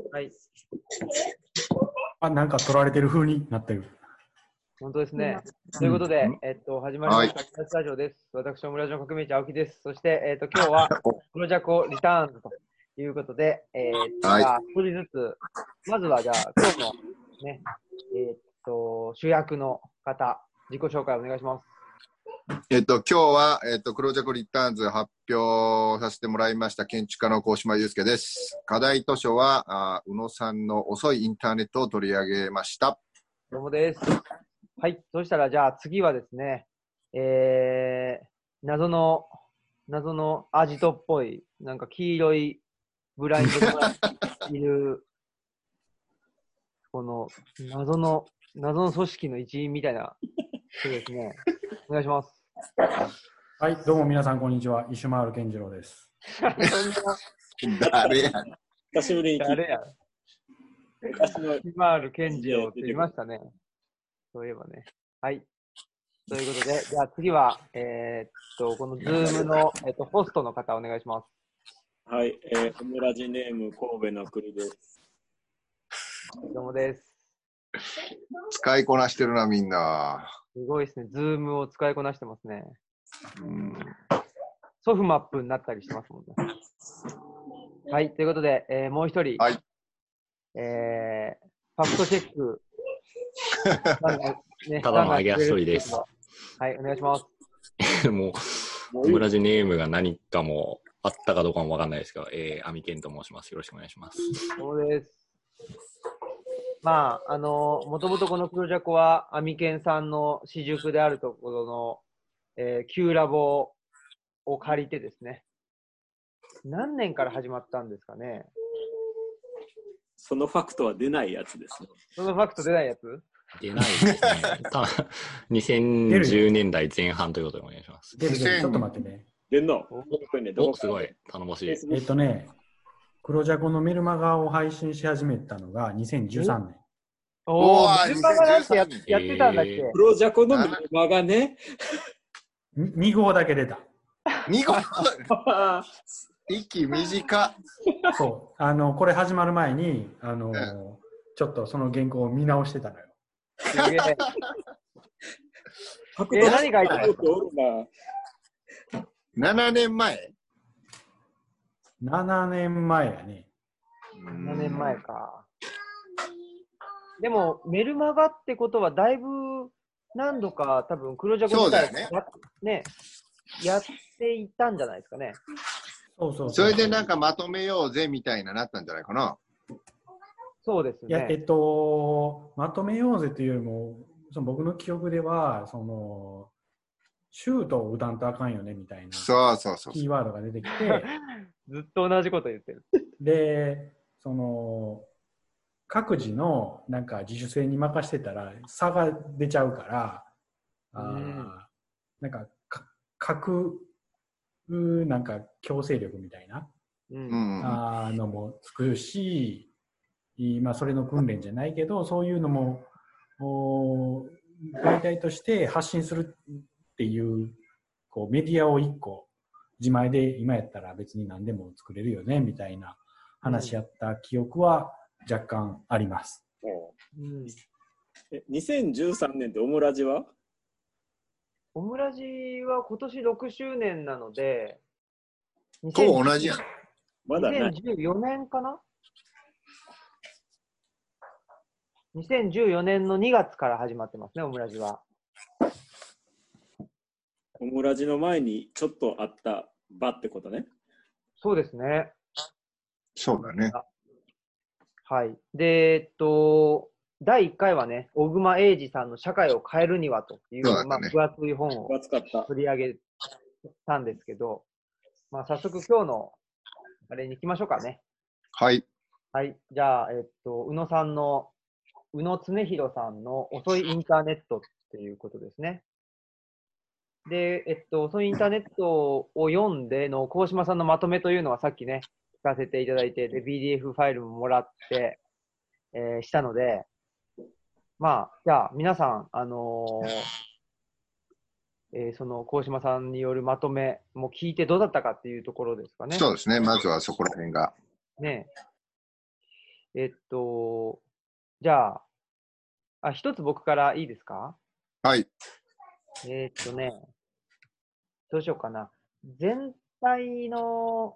はい。 なんか取られてる風になってる。 本当ですね。ということで、始まりました、スタジオです。私、オムラジオ革命児青木です。そして、今日は、プロジャコリターンズということで、じゃあ、一人ずつ、まずは、じゃあ、今日のね、主役の方、自己紹介お願いします。 今日は、クロージャコリターンズ発表させてもらいました建築家の高島祐介です。課題図書は宇野さんの遅いインターネットを取り上げました。 どうもです。はい。そしたら、じゃあ次はですね、謎のアジトっぽい、なんか黄色いブラインドがいる、この謎の組織の一員みたいな人ですね。お願いします。 はい、どうも皆さんこんにちは。石丸健次郎です。 誰や久しぶりに聞い誰や石丸健次郎って言いましたね。そういえばね。はい。ということで、じゃあ次は、このズームの、ホストの方お願いします。 はい、オムラジネーム神戸の国です。 どうもです。 使いこなしてるな、みんな。 すごいですね。ズームを使いこなしてますね。ソフマップになったりしてますもんね。はい。ということで、もう一人、 はい。 ファクトチェック。 ただの揚げ足取りです。 はい、お願いします。 もう、オムラジネームが何かもあったかどうかもわかんないですけど、アミケンと申します。よろしくお願いします。 そうです。まあ、もともとこのプロジャコは、アミケンさんの私塾であるところの、Q ラボを借りてですね、何年から始まったんですかね。 そのファクトは出ないやつですね。 そのファクト出ないやつ出ないですね。2010年代前半ということでお願いします。 ちょっと待ってね。 出んのお、すごい。頼もしい。 黒ジャコのメルマガを配信し始めたのが2013年。 おー、メルマガなんてやってたんだっけ。 黒ジャコのメルマガね。 2号だけ出た。 2号息短。 そう。これ始まる前に、ちょっとその原稿を見直してたのよ。 すげえ。何書いてある 7年前 ?7 年前やね。 7年前か。でも、メルマガってことは、だいぶ何度か多分、黒ジャコ自体ね、やっていたんじゃないですかね。 それでなんかまとめようぜみたいなったんじゃないかな。 そうですね。 いや、まとめようぜというよりも、僕の記憶では、シュートを打たんとあかんよねみたいなキーワードが出てきて、 ずっと同じこと言ってる。 で、各自のなんか自主性に任せてたら差が出ちゃうから、なんか各なんか強制力みたいな、のもつくし、まあそれの訓練じゃないけど、そういうのも媒体として発信するっていうこうメディアを1個自前で今やったら別に何でも作れるよねみたいな話やった記憶は若干あります。 2013年ってオムラジはオムラジは今年6周年なので、 と同じやん。 まだね。 2014年かな ?2014 年の2月から始まってますね、オムラジは。 オムラジの前にちょっとあった場ってことね。 そうですね。 そうだね。 はい。で、第1回はね、小熊英二さんの社会を変えるにはという、まあ、分厚い本を取り上げたんですけど、まあ、早速今日のあれに行きましょうかね。 はい。 はい。じゃあ、宇野恒弘さんの遅いインターネットっていうことですね。で、遅いインターネットを読んでの鴻島さんのまとめというのはさっきね、聞かせていただいて、で、PDF ファイルももらって、したので、まあ、じゃあ、皆さん、その、鴻島さんによるまとめも聞いてどうだったかっていうところですかね。 そうですね。まずはそこら辺が。 ねじゃあ、一つ僕からいいですか？ はい。 どうしようかな。全体の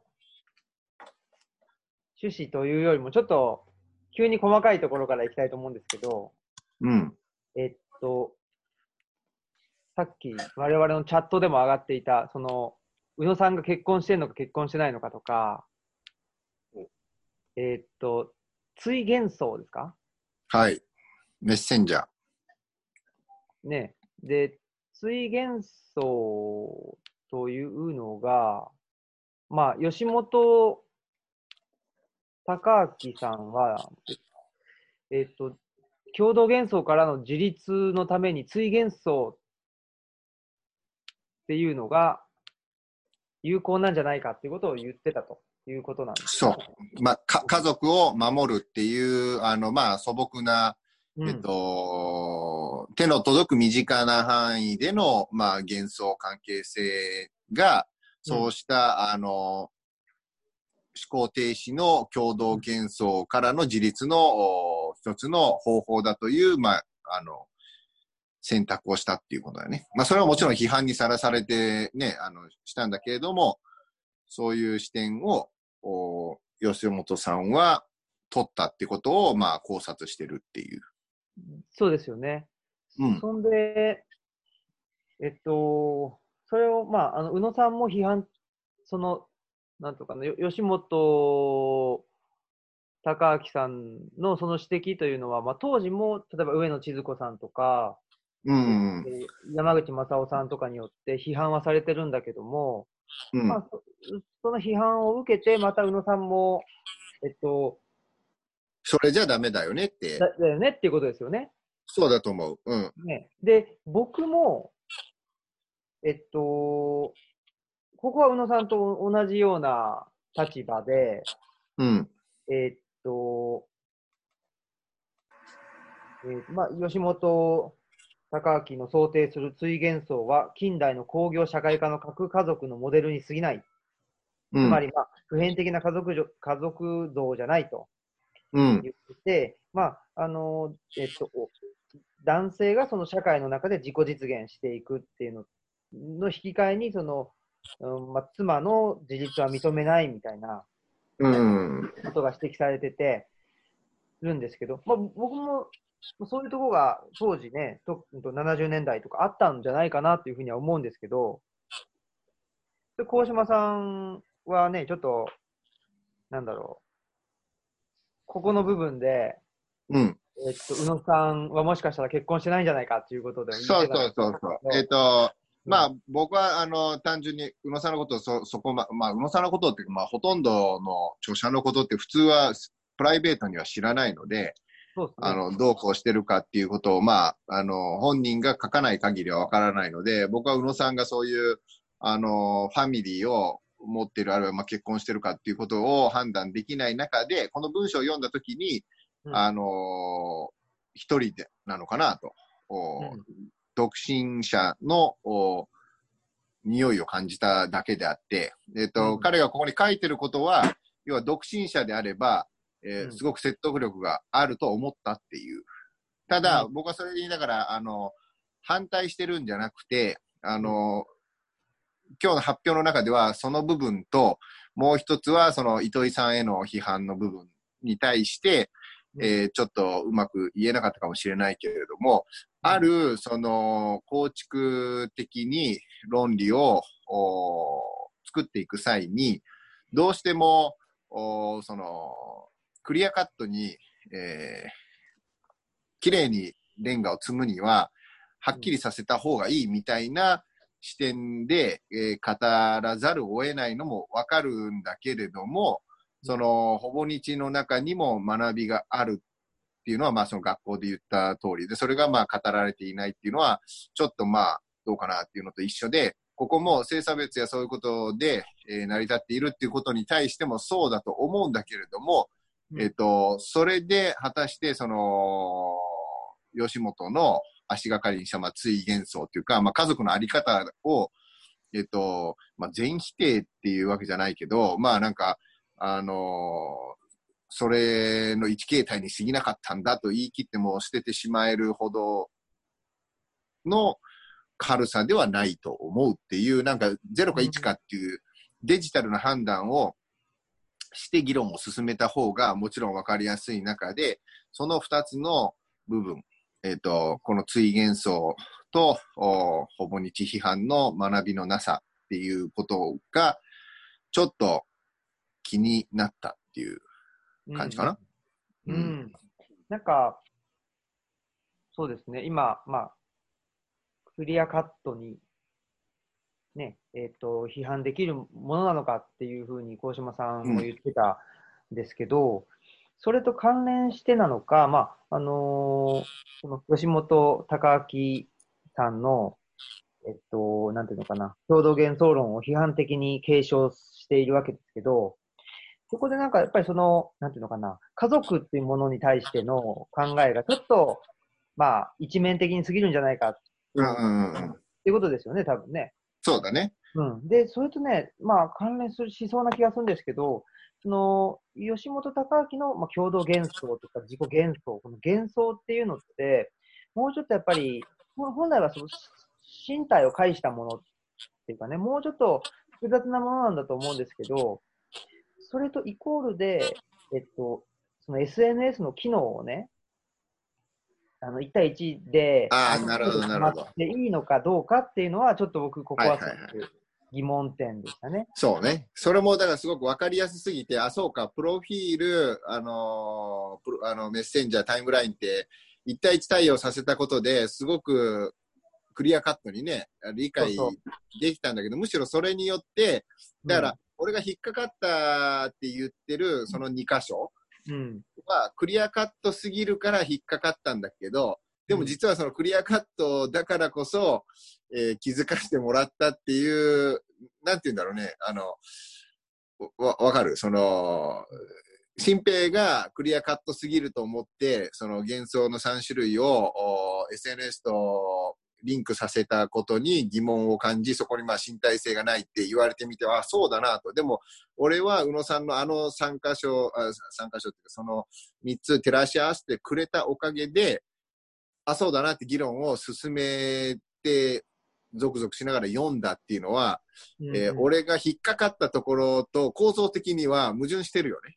趣旨というよりも、ちょっと急に細かいところからいきたいと思うんですけど、 うん。 えっと、さっき我々のチャットでも上がっていた、宇野さんが結婚してるのか結婚してないのかとか、追幻想ですかはい。メッセンジャー。 ね。で、追幻想というのが、まあ、吉本隆明さんは、共同幻想からの自立のために追幻想っていうのが有効なんじゃないかっていうことを言ってたということなんですね。 そう。まあ、家族を守るっていう、まあ、素朴な、手の届く身近な範囲での、まあ、幻想関係性が、そうした、思考停止の共同幻想からの自立の一つの方法だという、まあ、選択をしたっていうことだよね。まあ、それはもちろん批判にさらされてね、したんだけれども、そういう視点を、吉本さんは取ったってことを、まあ、考察してるっていう。 そうですよね。 うん。 そんで、それを、まあ、宇野さんも批判、なんとかね、吉本隆明さんのその指摘というのは、まあ、当時も、例えば上野千鶴子さんとか、 うん。 山口正夫さんとかによって批判はされてるんだけども、 うん。 まあ、その批判を受けて、また宇野さんも、 それじゃダメだよねって。 だよねっていうことですよね。 そうだと思う。うん。 ね。で、僕も、ここは宇野さんと同じような立場で、 うん。 まあ、吉本隆明の想定する追幻想は、近代の工業社会科の核家族のモデルに過ぎない。 うん。 つまり、まあ、普遍的な家族像じゃないとうん。 言ってて、まあ、男性がその社会の中で自己実現していくっていうのの引き換えに、まあ、妻の自立は認めないみたいなうん。 ことが指摘されててるんですけど、まあ、僕もそういうところが当時ね、70年代とかあったんじゃないかなというふうには思うんですけど、鴻島さんはね、ちょっと、なんだろう、ここの部分で、 うん。 宇野さんはもしかしたら結婚してないんじゃないかということで言ってたんですそう。 けど、 まあ、僕は、単純に、宇野さんのことをまあ、宇野さんのことっていうか、まあ、ほとんどの著者のことって普通は、プライベートには知らないので、 そうですね。 どうこうしてるかっていうことを、まあ、本人が書かない限りはわからないので、僕は宇野さんがそういう、ファミリーを持ってる、あるいはまあ結婚してるかっていうことを判断できない中で、この文章を読んだときに、一人でなのかなと。独身者の匂いを感じただけであって、彼がここに書いてることは、要は独身者であれば、すごく説得力があると思ったっていう。ただ、僕はそれで言いながら、反対してるんじゃなくて、今日の発表の中では、その部分と、もう一つは、その糸井さんへの批判の部分に対して、ちょっとうまく言えなかったかもしれないけれども、ある、構築的に論理を作っていく際に、どうしても、クリアカットに、綺麗にレンガを積むには、はっきりさせた方がいいみたいな視点で、語らざるを得ないのもわかるんだけれども、ほぼ日の中にも学びがあるっていうのは、まあ、その学校で言った通りで、それがまあ、語られていないっていうのは、ちょっとまあ、どうかなっていうのと一緒で、ここも性差別やそういうことで、成り立っているっていうことに対してもそうだと思うんだけれども、それで果たして吉本の足がかりにした追幻想というか、まあ、家族のあり方を、まあ、全否定っていうわけじゃないけど、まあなんか、 それの一形態に過ぎなかったんだと言い切っても捨ててしまえるほどの軽さではないと思うっていう、なんか0か1かっていうデジタルな判断をして議論を進めた方がもちろん分かりやすい中で、その2つの部分、この追幻想とほぼ日批判の学びのなさっていうことがちょっと気になったっていう感じかな。 なんか、そうですね、今、クリアカットに、ね、批判できるものなのかっていうふうに、鴻島さんも言ってたんですけど、それと関連してなのか、その吉本隆明さんの、なんていうのかな、共同幻想論を批判的に継承しているわけですけど、そこでなんかやっぱりその、なんていうのかな、家族っていうものに対しての考えがちょっと、一面的に過ぎるんじゃないかっていうことですよね、多分ね。 そうだね。 で、それとね、関連しそうな気がするんですけど、その、吉本隆明の、共同幻想とか自己幻想、この幻想っていうのって、もうちょっとやっぱり、本来はその身体を介したものっていうかね、もうちょっと複雑なものなんだと思うんですけど、それとイコールで、その SNS の機能をね、1対1で、 なるほど、なるほど。 でいいのかどうかっていうのは、ちょっと僕、ここはすごく疑問点でしたね。 そうね。それもだからすごく分かりやすすぎて、そうか、プロフィール、メッセンジャー、タイムラインって1対1対応させたことですごくクリアカットにね、理解できたんだけど、むしろそれによって、だから、俺が引っかかったって言ってるその2箇所はクリアカットすぎるから引っかかったんだけど、でも実はそのクリアカットだからこそ、気づかせてもらったっていう、なんて言うんだろうね、わかるその、新平がクリアカットすぎると思って、その幻想の3種類を SNS とリンクさせたことに疑問を感じ、そこに身体性がないって言われてみては、そうだなと。でも、俺は宇野さんの3箇所っていうか、その3つ照らし合わせてくれたおかげで、そうだなって議論を進めて、ゾクゾクしながら読んだっていうのは、俺が引っかかったところと構造的には矛盾してるよね。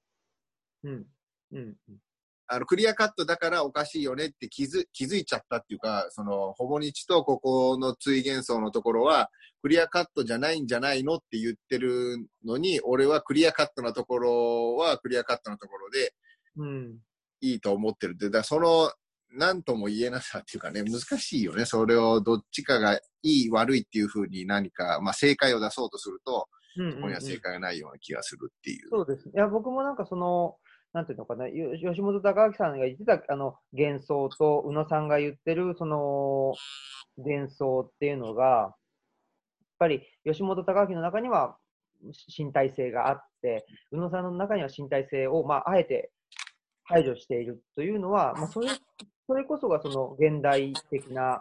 クリアカットだからおかしいよねって気づいちゃったっていうか、その、ほぼ日とここの追幻想のところは、クリアカットじゃないんじゃないのって言ってるのに、俺はクリアカットなところはクリアカットなところで、いいと思ってるって。だからその、なんとも言えなさっていうかね、難しいよね。それをどっちかがいい悪いっていうふうに何か、正解を出そうとすると、そこには正解がないような気がするっていう。 そうですね。いや、僕もなんかその、なんていうのかな、吉本隆明さんが言ってた、幻想と宇野さんが言ってる、その、幻想っていうのが、やっぱり吉本隆明の中には身体性があって、宇野さんの中には身体性を、あえて排除しているというのは、それこそがその現代的な、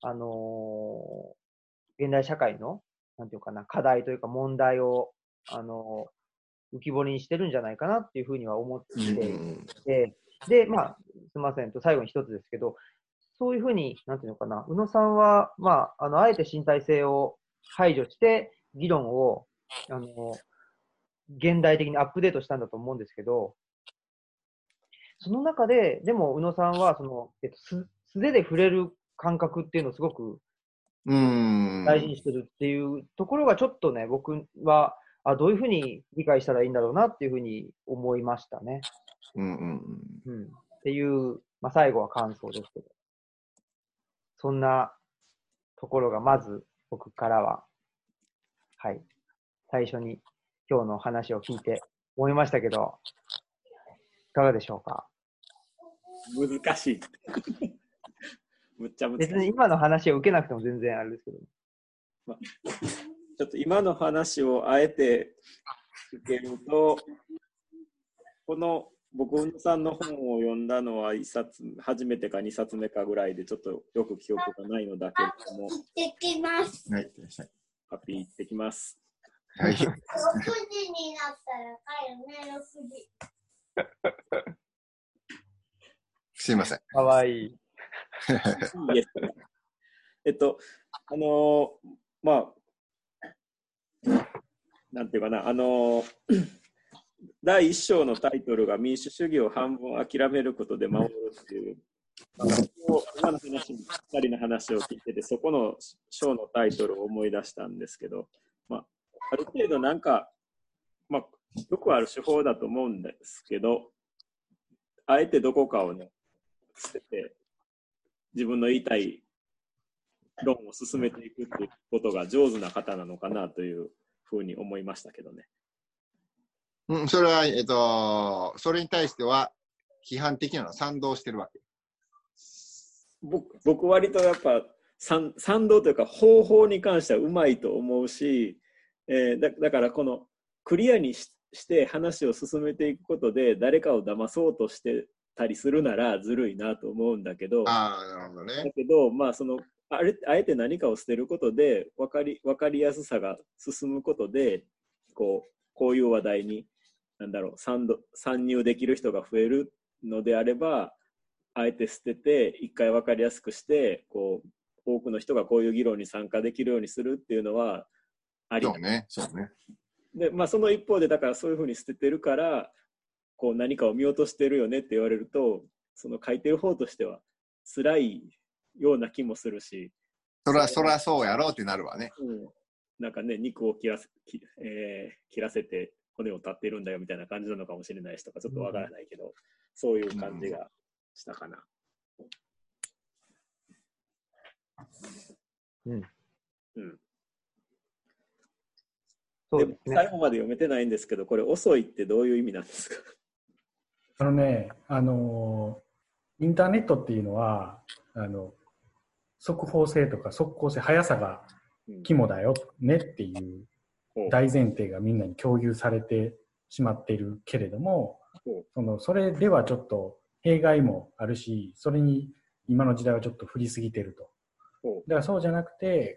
現代社会の、なんていうかな、課題というか問題を、浮き彫りにしてるんじゃないかなっていうふうには思っていて、で、すみませんと、最後に一つですけど、そういうふうに、なんていうのかな、宇野さんは、あえて身体性を排除して、議論を、現代的にアップデートしたんだと思うんですけど、その中で、でも宇野さんは、その、素手で触れる感覚っていうのをすごく大事にしてるっていうところがちょっとね、僕は、どういうふうに理解したらいいんだろうなっていうふうに思いましたね。っていう、最後は感想ですけど。そんなところがまず僕からは、はい、最初に今日の話を聞いて思いましたけど、いかがでしょうか？ 難しい。むっちゃ難しい。 別に今の話を受けなくても全然あれですけど。 ちょっと今の話をあえて受けると、この僕、宇野さんの本を読んだのは初めてか2冊目かぐらいで、ちょっとよく記憶がないのだけれども。 行ってきます。はい、 ハッピー行ってきます。 はい。6 時になったら帰るね、6時。 すいません。 かわいい。 いいですまあ、なんていうかな、第一章のタイトルが民主主義を半分諦めることで守るっていう、今の話にぴったりな話を聞いてて、そこの章のタイトルを思い出したんですけど、ある程度なんか、よくある手法だと思うんですけど、あえてどこかをね、捨てて、自分の言いたい論を進めていくっていうことが上手な方なのかなというふうに思いましたけどね。 うん、それは、それに対しては批判的なのは賛同してるわけ。 僕割とやっぱ賛同というか方法に関してはうまいと思うし、だからこのクリアにして話を進めていくことで誰かを騙そうとしてたりするならずるいなと思うんだけど、 ああ、なるほどね。 だけど、あえて何かを捨てることで分かりやすさが進むことでこういう話題に参入できる人が増えるのであれば、あえて捨てて一回分かりやすくして多くの人がこういう議論に参加できるようにするっていうのはありだ。 そうね。 で、その一方でだからそういうふうに捨ててるから何かを見落としてるよねって言われると、その書いてる方としては辛いような気もするし、 そらそうやろうってなるわね。 なんかね、肉を切らせて骨を立っているんだよみたいな感じなのかもしれないしとか、ちょっとわからないけど、そういう感じがしたかな。 そうですね。 最後まで読めてないんですけど、これ遅いってどういう意味なんですか？ インターネットっていうのは速報性とか速攻性、速さが肝だよねっていう大前提がみんなに共有されてしまっているけれども、それではちょっと弊害もあるし、それに今の時代はちょっと振りすぎてると。だからそうじゃなくて、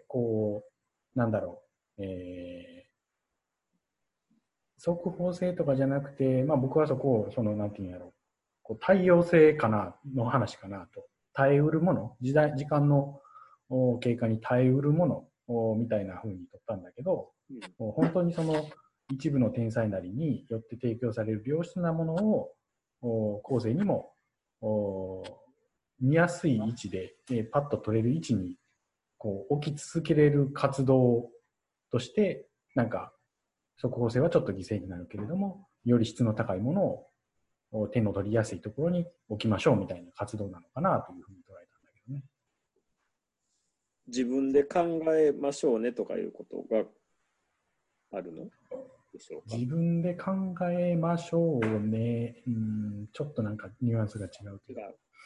速報性とかじゃなくて、僕はそこをなんていうんやろう、対応性かなの話かなと。耐えうるもの、時間の経過に耐えうるものみたいな風に取ったんだけど、本当にその一部の天才なりによって提供される良質なものを後世にも見やすい位置で、パッと取れる位置に置き続けれる活動として、速報性はちょっと犠牲になるけれども、より質の高いものを手の取りやすいところに置きましょうみたいな活動なのかなというふうに捉えたんだけどね。 自分で考えましょうねとかいうことがあるのでしょうか？ 自分で考えましょうね。ちょっとニュアンスが違うけど。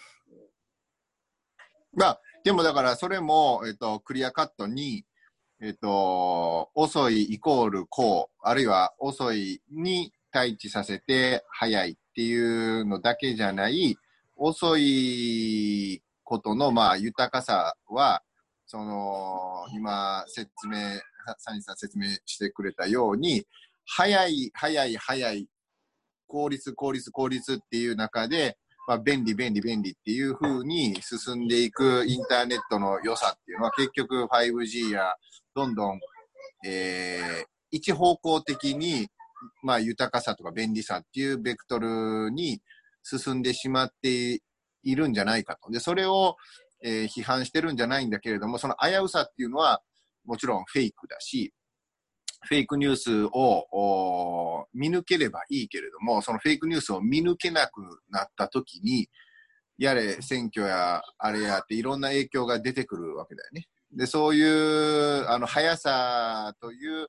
でもだからそれも、クリアカットに、遅いイコールこう、あるいは遅いに対峙させて早いっていうのだけじゃない、遅いことの豊かさは、今サニーさん説明してくれたように、早い、効率っていう中で、便利っていう風に進んでいくインターネットの良さっていうのは結局 5G やどんどん、一方向的に、豊かさとか便利さっていうベクトルに進んでしまっているんじゃないかと。で、それを、批判してるんじゃないんだけれども、その危うさっていうのはもちろんフェイクだし、フェイクニュースを見抜ければいいけれども、そのフェイクニュースを見抜けなくなったときに、やれ選挙やあれやっていろんな影響が出てくるわけだよね。で、そういう速さという、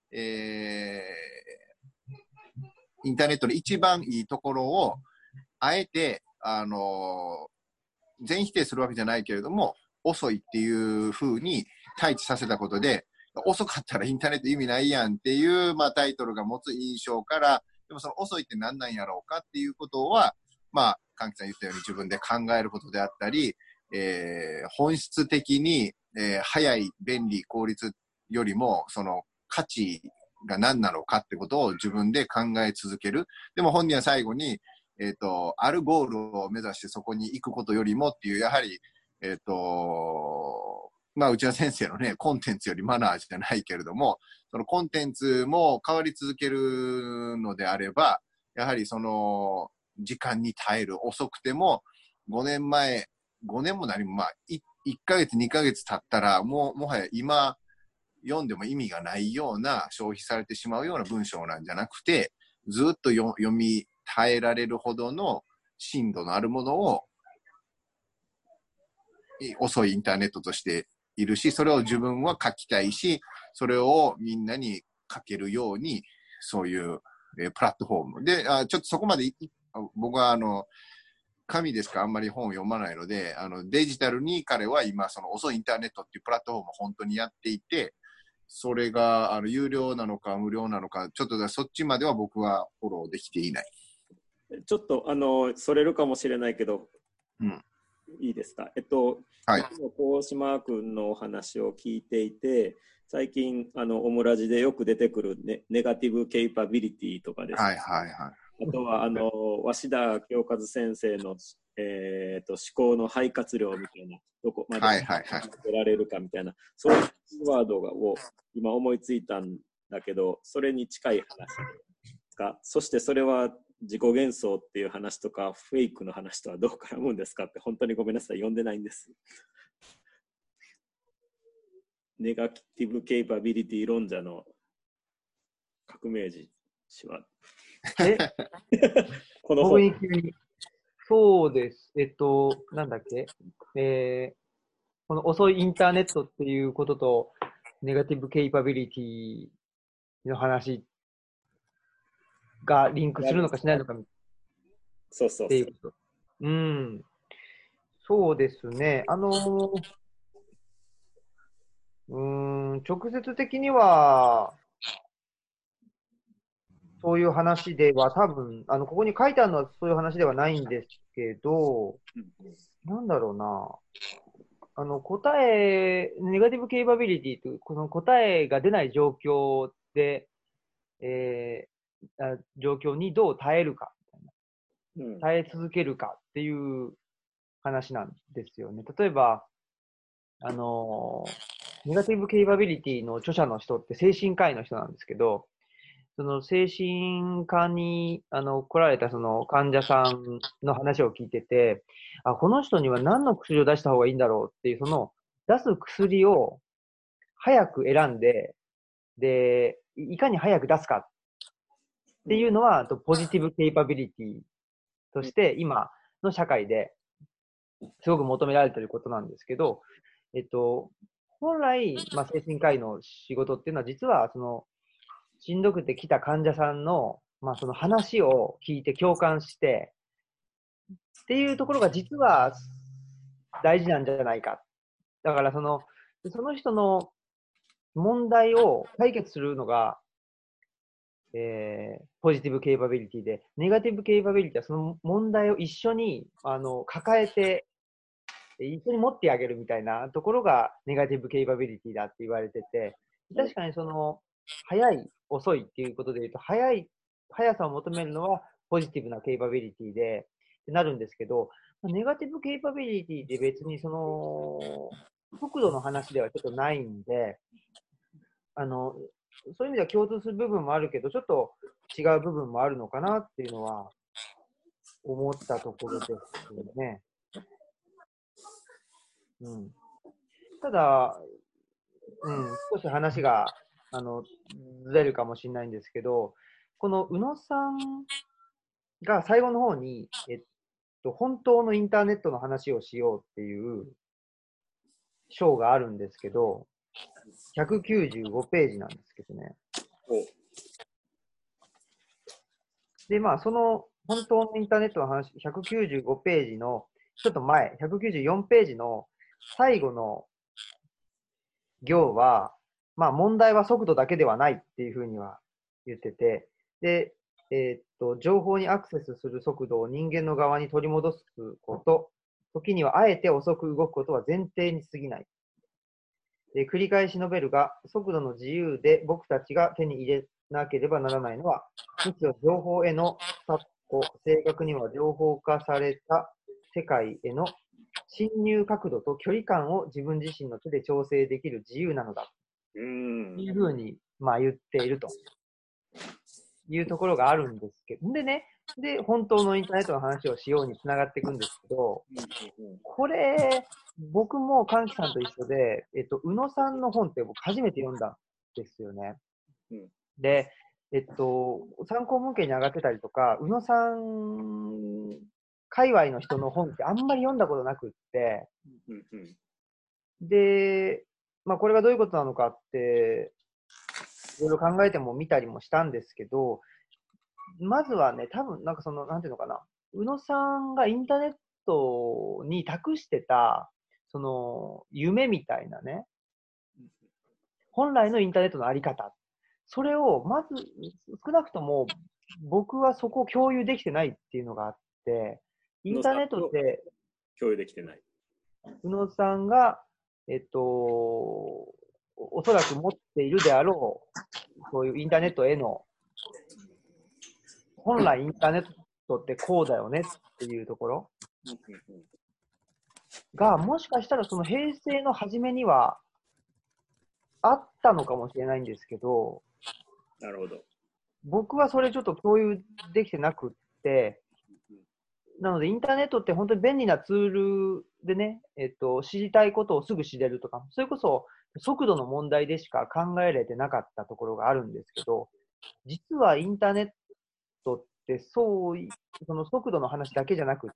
インターネットの一番いいところをあえて全否定するわけじゃないけれども、遅いっていう風に対峙させたことで、遅かったらインターネット意味ないやんっていう、タイトルが持つ印象から、でもその遅いって何なんやろうかっていうことは、関木さん言ったように自分で考えることであったり、本質的に、早い、便利、効率よりも、その価値が何なのかってことを自分で考え続ける。でも本人は最後に、 あるゴールを目指してそこに行くことよりもっていう、やはり、まあ、内田先生のね、コンテンツよりマナーじゃないけれども、そのコンテンツも変わり続けるのであれば、やはりその、時間に耐える、遅くても、5年前、5年も何も、まあ、1ヶ月、2ヶ月経ったら、もはや今、読んでも意味がないような、消費されてしまうような文章なんじゃなくて、ずっと読み耐えられるほどの深度のあるものを、遅いインターネットとしているし、それを自分は書きたいし、それをみんなに書けるように、そういう、プラットフォームで、ちょっとそこまで僕は紙でしかあんまり本を読まないので、デジタルに彼は今、その遅いインターネットっていうプラットフォームを本当にやっていて、それが有料なのか無料なのか、ちょっとそっちまでは僕はフォローできていない。 ちょっとそれるかもしれないけど、 うん、 いいですか。 はい。 大島君のお話を聞いていて、最近オムラジでよく出てくるネガティブケイパビリティとかです。 はいはいはい。 あとは鷲田清和先生の、思考の肺活量みたいな、どこまで出られるかみたいな、そういうキーワードを今思いついたんだけど、それに近い話ですか。そしてそれは自己幻想っていう話とかフェイクの話とはどう絡むんですかって、本当にごめんなさい、読んでないんです。ネガティブケイパビリティ論者の革命児氏はこの本そうです。なんだっけ、この遅いインターネットっていうことと、ネガティブケイパビリティの話がリンクするのかしないのかっていうこと。うん。そうですね。直接的には、そういう話では多分、ここに書いてあるのはそういう話ではないんですけど、なんだろうな。ネガティブケイパビリティという、この答えが出ない状況で、状況にどう耐えるか、耐え続けるかっていう話なんですよね。例えば、ネガティブケイパビリティの著者の人って精神科医の人なんですけど、その精神科に来られたその患者さんの話を聞いてて、この人には何の薬を出した方がいいんだろうっていう、その出す薬を早く選んで、で、いかに早く出すかっていうのは、ポジティブケイパビリティとして今の社会ですごく求められていることなんですけど、本来、精神科医の仕事っていうのは実はしんどくて来た患者さんの、その話を聞いて共感して、っていうところが実は大事なんじゃないか。だからその人の問題を解決するのが、ポジティブケイパビリティで、ネガティブケイパビリティはその問題を一緒に抱えて、一緒に持ってあげるみたいなところがネガティブケイパビリティだって言われてて、確かに早い、遅いっていうことで言うと、速さを求めるのはポジティブなケイパビリティで、ってなるんですけど、ネガティブケイパビリティで別に速度の話ではちょっとないんで、そういう意味では共通する部分もあるけど、ちょっと違う部分もあるのかなっていうのは思ったところですよね。ただ、少し話がずれるかもしれないんですけど、この宇野さんが最後の方に、本当のインターネットの話をしようっていう章があるんですけど、195ページなんですけどね。で、その本当のインターネットの話、195ページのちょっと前、194ページの最後の行は、問題は速度だけではないっていうふうには言ってて、で、情報にアクセスする速度を人間の側に取り戻すこと、時にはあえて遅く動くことは前提に過ぎない。で、繰り返し述べるが、速度の自由で僕たちが手に入れなければならないのは、むしろ情報への正確には情報化された世界への侵入角度と距離感を自分自身の手で調整できる自由なのだというふうに、言っているというところがあるんですけど、で、本当のインターネットの話をしようにつながっていくんですけど、これ、僕も歓喜さんと一緒で、宇野さんの本って僕初めて読んだんですよね。で、参考文献に上がってたりとか、宇野さん界隈の人の本ってあんまり読んだことなくって、で、これがどういうことなのかって、いろいろ考えても見たりもしたんですけど、まずはね、多分なんていうのかな、宇野さんがインターネットに託してた、夢みたいなね、本来のインターネットのあり方、それをまず少なくとも僕はそこを共有できてないっていうのがあって、インターネットって共有できてない。 宇野さんが、おそらく持っているであろう、そういうインターネットへの、本来インターネットってこうだよねっていうところが、もしかしたらその平成の初めにはあったのかもしれないんですけど、 なるほど。 僕はそれちょっと共有できてなくって、なのでインターネットって本当に便利なツールでね、知りたいことをすぐ知れるとか、それこそ速度の問題でしか考えられてなかったところがあるんですけど、実はインターネットってその速度の話だけじゃなくって、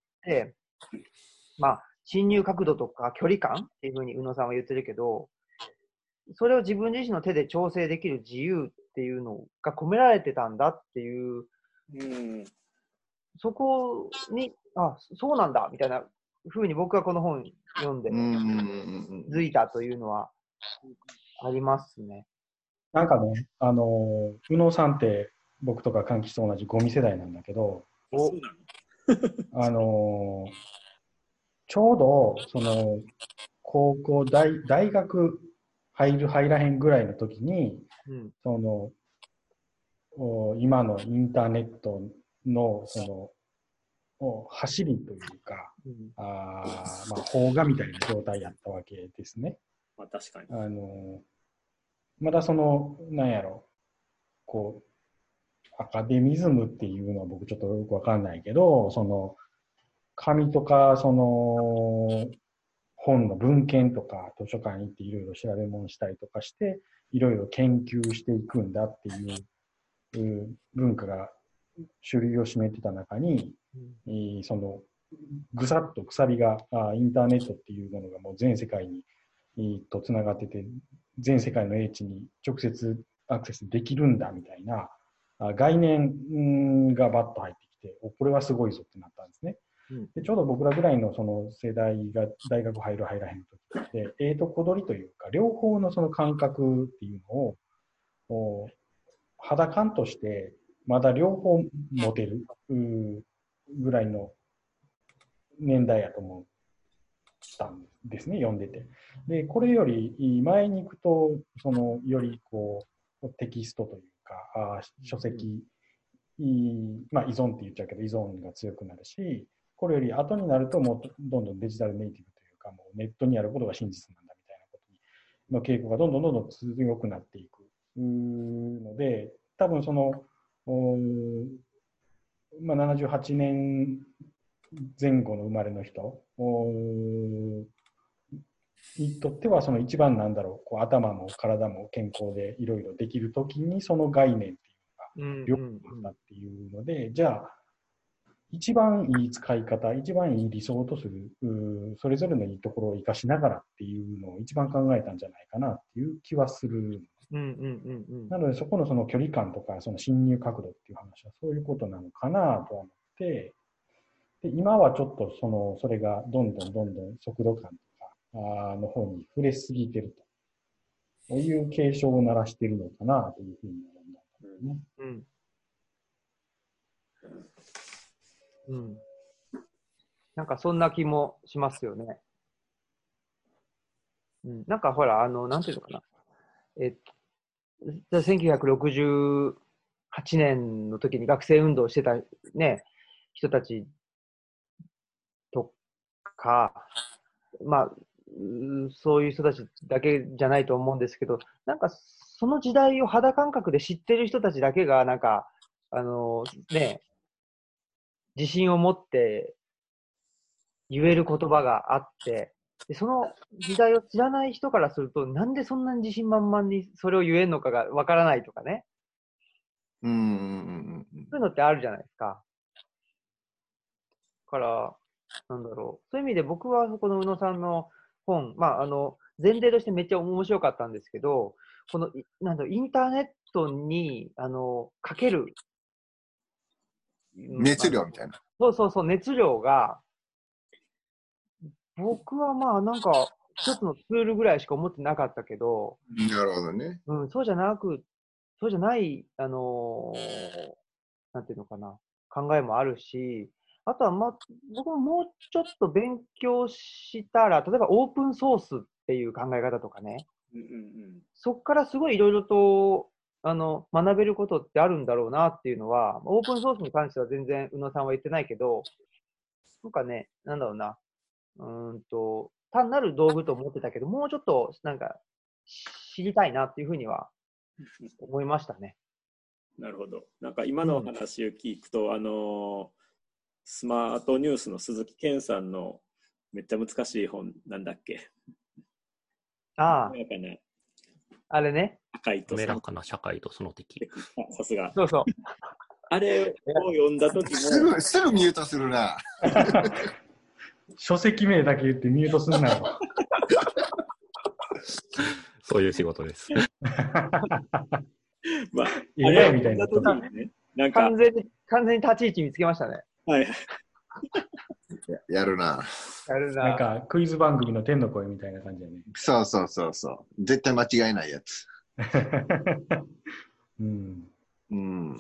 侵入角度とか距離感っていうふうに宇野さんは言ってるけど、それを自分自身の手で調整できる自由っていうのが込められてたんだっていう、そこに、そうなんだみたいなふうに僕はこの本読んで気づいたというのはありますね。 なんかね、宇野さんって僕とか歓喜と同じゴミ世代なんだけど、ちょうど高校大学入らへんぐらいの時に、今のインターネットの走りというか、邦画みたいな状態やったわけですね。 確かに。 まだなんやろ、アカデミズムっていうのは僕ちょっとよくわかんないけど、紙とか、本の文献とか図書館に行っていろいろ調べ物したりとかして、いろいろ研究していくんだっていう文化が主流を占めてた中に、ぐさっとくさびが、インターネットっていうものがもう全世界にとつながってて、全世界の英知に直接アクセスできるんだみたいな概念がバッと入ってきて、これはすごいぞってなったんですね。でちょうど僕らぐらいのその世代が大学入らへん時って小取りというか両方のその感覚っていうのを肌感としてまだ両方持てるぐらいの年代やと思ったんですね、読んでて。でこれより前に行くとよりテキストというか書籍依存って言っちゃうけど依存が強くなるし、これより後になるともうどんどんデジタルネイティブというかもうネットにあることが真実なんだみたいなことの傾向がどんどん強くなっていくので、多分78年前後の生まれの人にとっては一番頭も体も健康でいろいろできるときにその概念っていうのが両方あったっていうので、じゃあ一番いい使い方、一番いい理想とするそれぞれのいいところを生かしながらっていうのを一番考えたんじゃないかなっていう気はする。なのでそこの距離感とか侵入角度っていう話はそういうことなのかなと思って、で今はちょっとそれがどんどん速度感とかの方に触れすぎてるという警鐘を鳴らしているのかなというふうに思うんだけどね。 なんかそんな気もしますよね。なんかほら、なんていうのかな。1968年の時に学生運動してたね、 人たちとか、まあ、そういう人たちだけじゃないと思うんですけど、なんかその時代を肌感覚で知ってる人たちだけが、なんか、ね、自信を持って言える言葉があって、で、その時代を知らない人からすると、なんでそんなに自信満々にそれを言えんのかがわからないとかね。 うん。 そういうのってあるじゃないですか。だから、なんだろう。そういう意味で僕はこの宇野さんの本、前提としてめっちゃ面白かったんですけど、この、なんだろう、インターネットに、かける、 熱量みたいな。 そうそうそう、熱量が、僕はなんか、一つのツールぐらいしか思ってなかったけど、 なるほどね。 そうじゃなく、そうじゃない、なんていうのかな、考えもあるし、あとは、僕ももうちょっと勉強したら、例えばオープンソースっていう考え方とかね、そこからすごいいろいろと、学べることってあるんだろうなっていうのは、オープンソースに関しては全然宇野さんは言ってないけど、なんかね、なんだろうな、単なる道具と思ってたけど、もうちょっと、なんか、知りたいなっていうふうには思いましたね。 なるほど。なんか今の話を聞くと、スマートニュースの鈴木健さんのめっちゃ難しい本なんだっけ。 ああ、あれね。 滑らかな社会とその敵。 さすが。 そうそう。 あれを読んだ時もすぐミュートするな。 書籍名だけ言ってミュートすんなよ。 そういう仕事です。 まあ、 AI みたいな。 ね、なんか完全に立ち位置見つけましたね。 はい。 やるな。 やるな。 なんかクイズ番組の天の声みたいな感じだね。 そうそうそうそう。絶対間違いないやつ。 うん。 うん。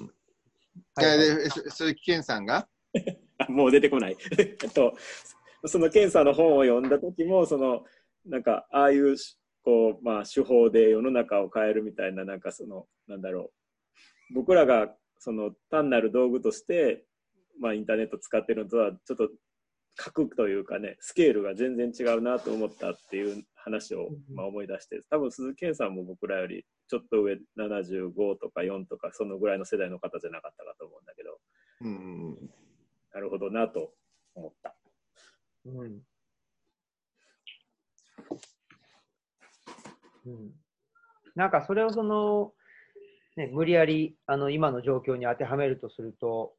はいはいで、鈴木健さんがもう出てこない。その健さんの本を読んだ時も、なんか、ああいう、こう、手法で世の中を変えるみたいな、なんかなんだろう。僕らが、単なる道具として、インターネット使ってるのとは、ちょっと、格というかね、スケールが全然違うなと思ったっていう話を、思い出して、多分鈴木健さんも僕らよりちょっと上、75とか4とか、そのぐらいの世代の方じゃなかったかと思うんだけど、なるほどなと思った。 なんかそれを無理やり今の状況に当てはめるとすると、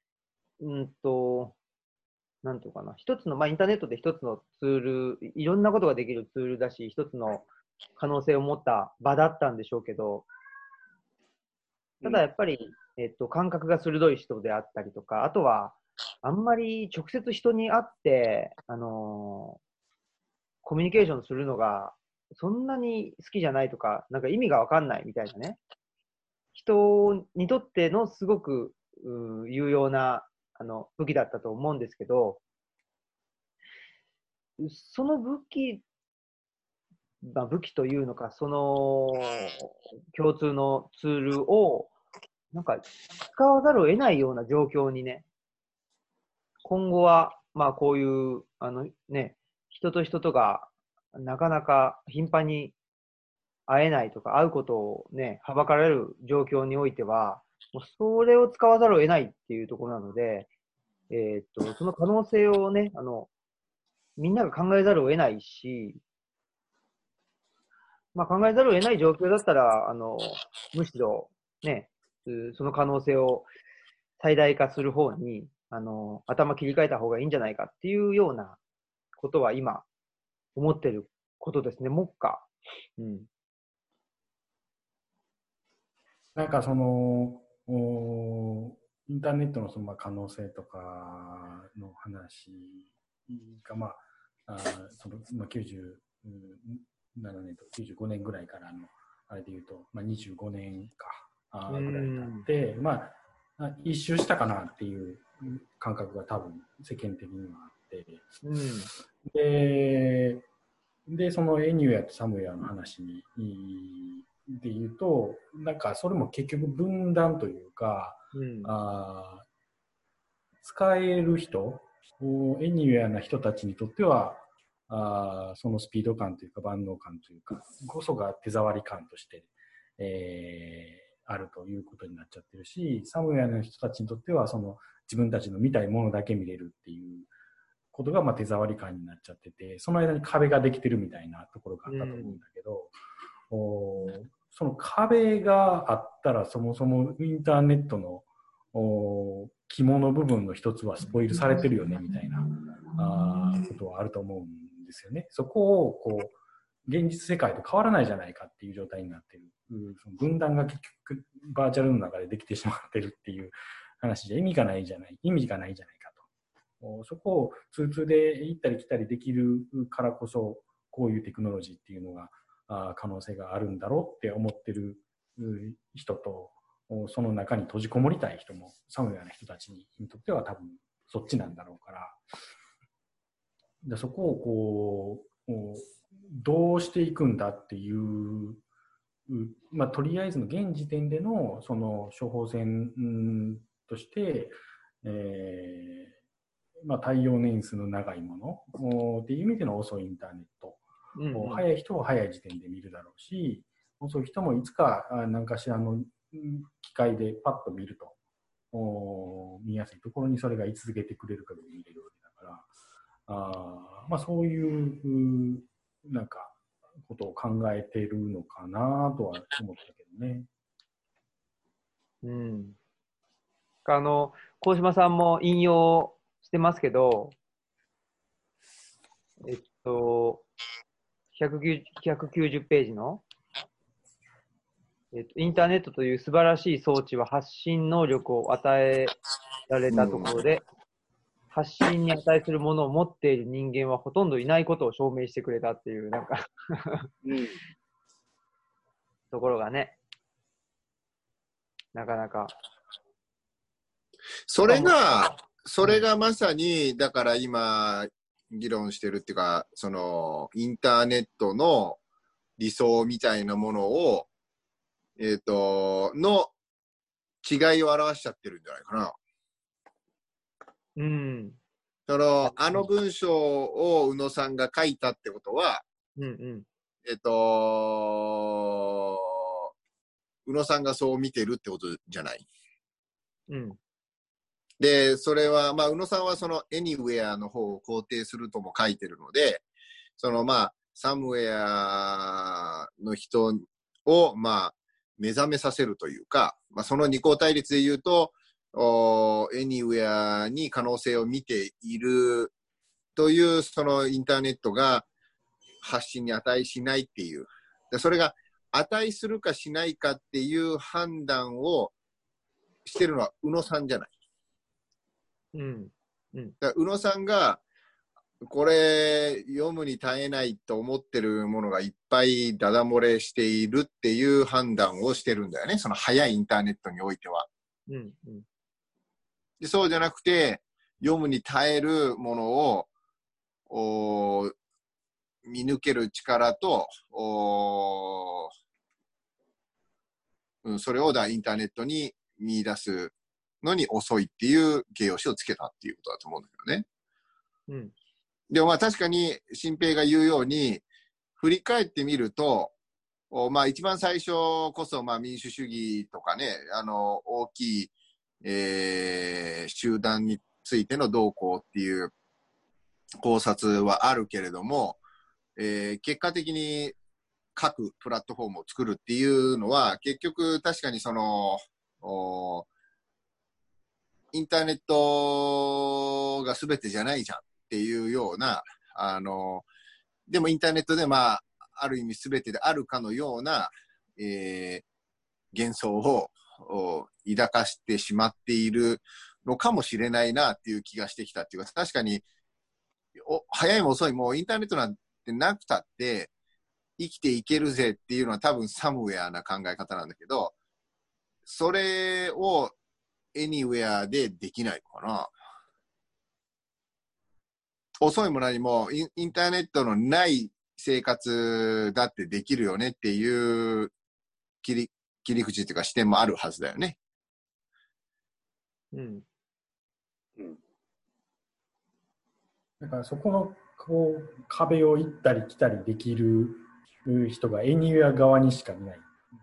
なんとかな、一つの、インターネットで一つのツール、いろんなことができるツールだし、一つの可能性を持った場だったんでしょうけど、ただやっぱり、感覚が鋭い人であったりとか、あとは、あんまり直接人に会って、コミュニケーションするのが、そんなに好きじゃないとか、なんか意味がわかんないみたいなね。人にとってのすごく有用な武器だったと思うんですけど、その武器というのか、その共通のツールをなんか使わざるを得ないような状況にね、今後はこういう人と人とがなかなか頻繁に会えないとか会うことをね、はばかられる状況においては、もうそれを使わざるを得ないっていうところなので、その可能性をね、みんなが考えざるを得ないし、考えざるを得ない状況だったら、むしろね、その可能性を最大化する方に、頭切り替えた方がいいんじゃないかっていうようなことは今、思ってることですね、目下。 なんかインターネットの可能性とかの話が、97年と95年ぐらいからの、あれで言うと、25年かぐらい経って、一周したかなっていう感覚が多分世間的にはあって、で、そのエニューやとサムヤの話で言うと、なんかそれも結局分断というか、 使える人、エニウェアな人たちにとっては、そのスピード感というか万能感というか、こそが手触り感として、あるということになっちゃってるし、サムウェアの人たちにとっては、その自分たちの見たいものだけ見れるっていうことが手触り感になっちゃってて、その間に壁ができてるみたいなところがあったと思うんだけど、その壁があったらそもそもインターネットの肝の部分の一つはスポイルされてるよねみたいなことはあると思うんですよね。そこをこう現実世界と変わらないじゃないかっていう状態になってる。その分断が結局バーチャルの中でできてしまってるっていう話じゃ意味がないじゃないかと。そこを通通で行ったり来たりできるからこそこういうテクノロジーっていうのが可能性があるんだろうって思ってる人と、その中に閉じこもりたい人もサムウェアな人たちにとっては多分そっちなんだろうから、でそこをこうどうしていくんだっていう、とりあえずの現時点でのその処方箋として、対応年数の長いものっていう意味での遅いインターネット、早い人は早い時点で見るだろうし、遅い人もいつか何かしらの機械でパッと見ると見やすいところにそれが居続けてくれるかで見れるわけだから、そういうなんかことを考えてるのかなとは思ったけどね。 鴻島さんも引用してますけど、190ページの、インターネットという素晴らしい装置は発信能力を与えられたところで、発信に値するものを持っている人間はほとんどいないことを証明してくれたっていう、なんかところがね、なかなか。 それがまさに、だから今、議論してるっていうか、その、インターネットの理想みたいなものを、の違いを表しちゃってるんじゃないかな。あの文章を宇野さんが書いたってことは、宇野さんがそう見てるってことじゃない。で、それは、宇野さんはその anywhere の方を肯定するとも書いてるので、そのsomewhere の人を目覚めさせるというか、その二項対立で言うと、anywhere に可能性を見ているというそのインターネットが発信に値しないっていう。でそれが値するかしないかっていう判断をしてるのは宇野さんじゃない。だ宇野さんがこれ読むに耐えないと思ってるものがいっぱいダダ漏れしているっていう判断をしてるんだよね。その早いインターネットにおいては。でそうじゃなくて読むに耐えるものを見抜ける力とそれをインターネットに見出すのに遅いっていう形容詞をつけたっていうことだと思うんだけどね。でも確かに新平が言うように振り返ってみると一番最初こそ民主主義とかね大きい、集団についての動向っていう考察はあるけれども、結果的に各プラットフォームを作るっていうのは結局確かにそのインターネットが全てじゃないじゃんっていうようなでもインターネットである意味全てであるかのような、幻想を抱かしてしまっているのかもしれないなっていう気がしてきたっていうか、確かに早いも遅いもインターネットなんてなくたって生きていけるぜっていうのは多分サムウェアな考え方なんだけど、それをエニウェアでできないのかな。遅いも何もインターネットのない生活だってできるよねっていう切り口というか視点もあるはずだよね。 だからそこのこう壁を行ったり来たりできる人がエニウェア側にしかいない。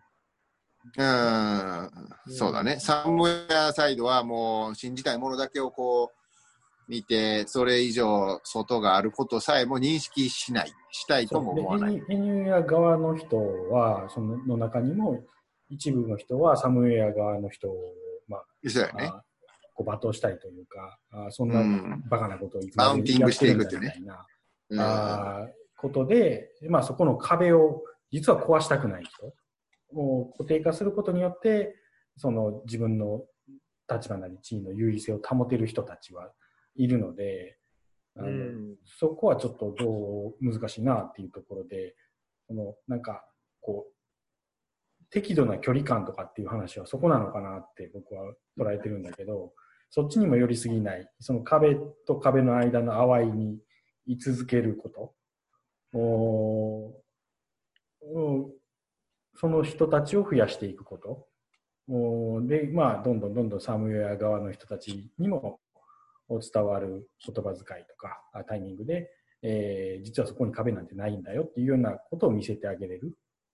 そうだね。サムウェアサイドはもう信じたいものだけをこう見て、それ以上外があることさえも認識しない、したいとも思わない。 エニウェア側の人は、その中にも一部の人はサムウェア側の人を、 そうやね。 こう罵倒したりというか、そんなバカなことをいつマウンティングしていくってね。 みたいな、ことで、そこの壁を実は壊したくない人を固定化することによって、その自分の立場なり地位の優位性を保てる人たちはいるので、そこはちょっと難しいなっていうところで、なんかこう適度な距離感とかっていう話はそこなのかなって僕は捉えてるんだけど、そっちにも寄りすぎない、その壁と壁の間の淡いに居続けること、その人たちを増やしていくことで、どんどんサムウェア側の人たちにも伝わる言葉遣いとかタイミングで、実はそこに壁なんてないんだよっていうようなことを見せてあげれる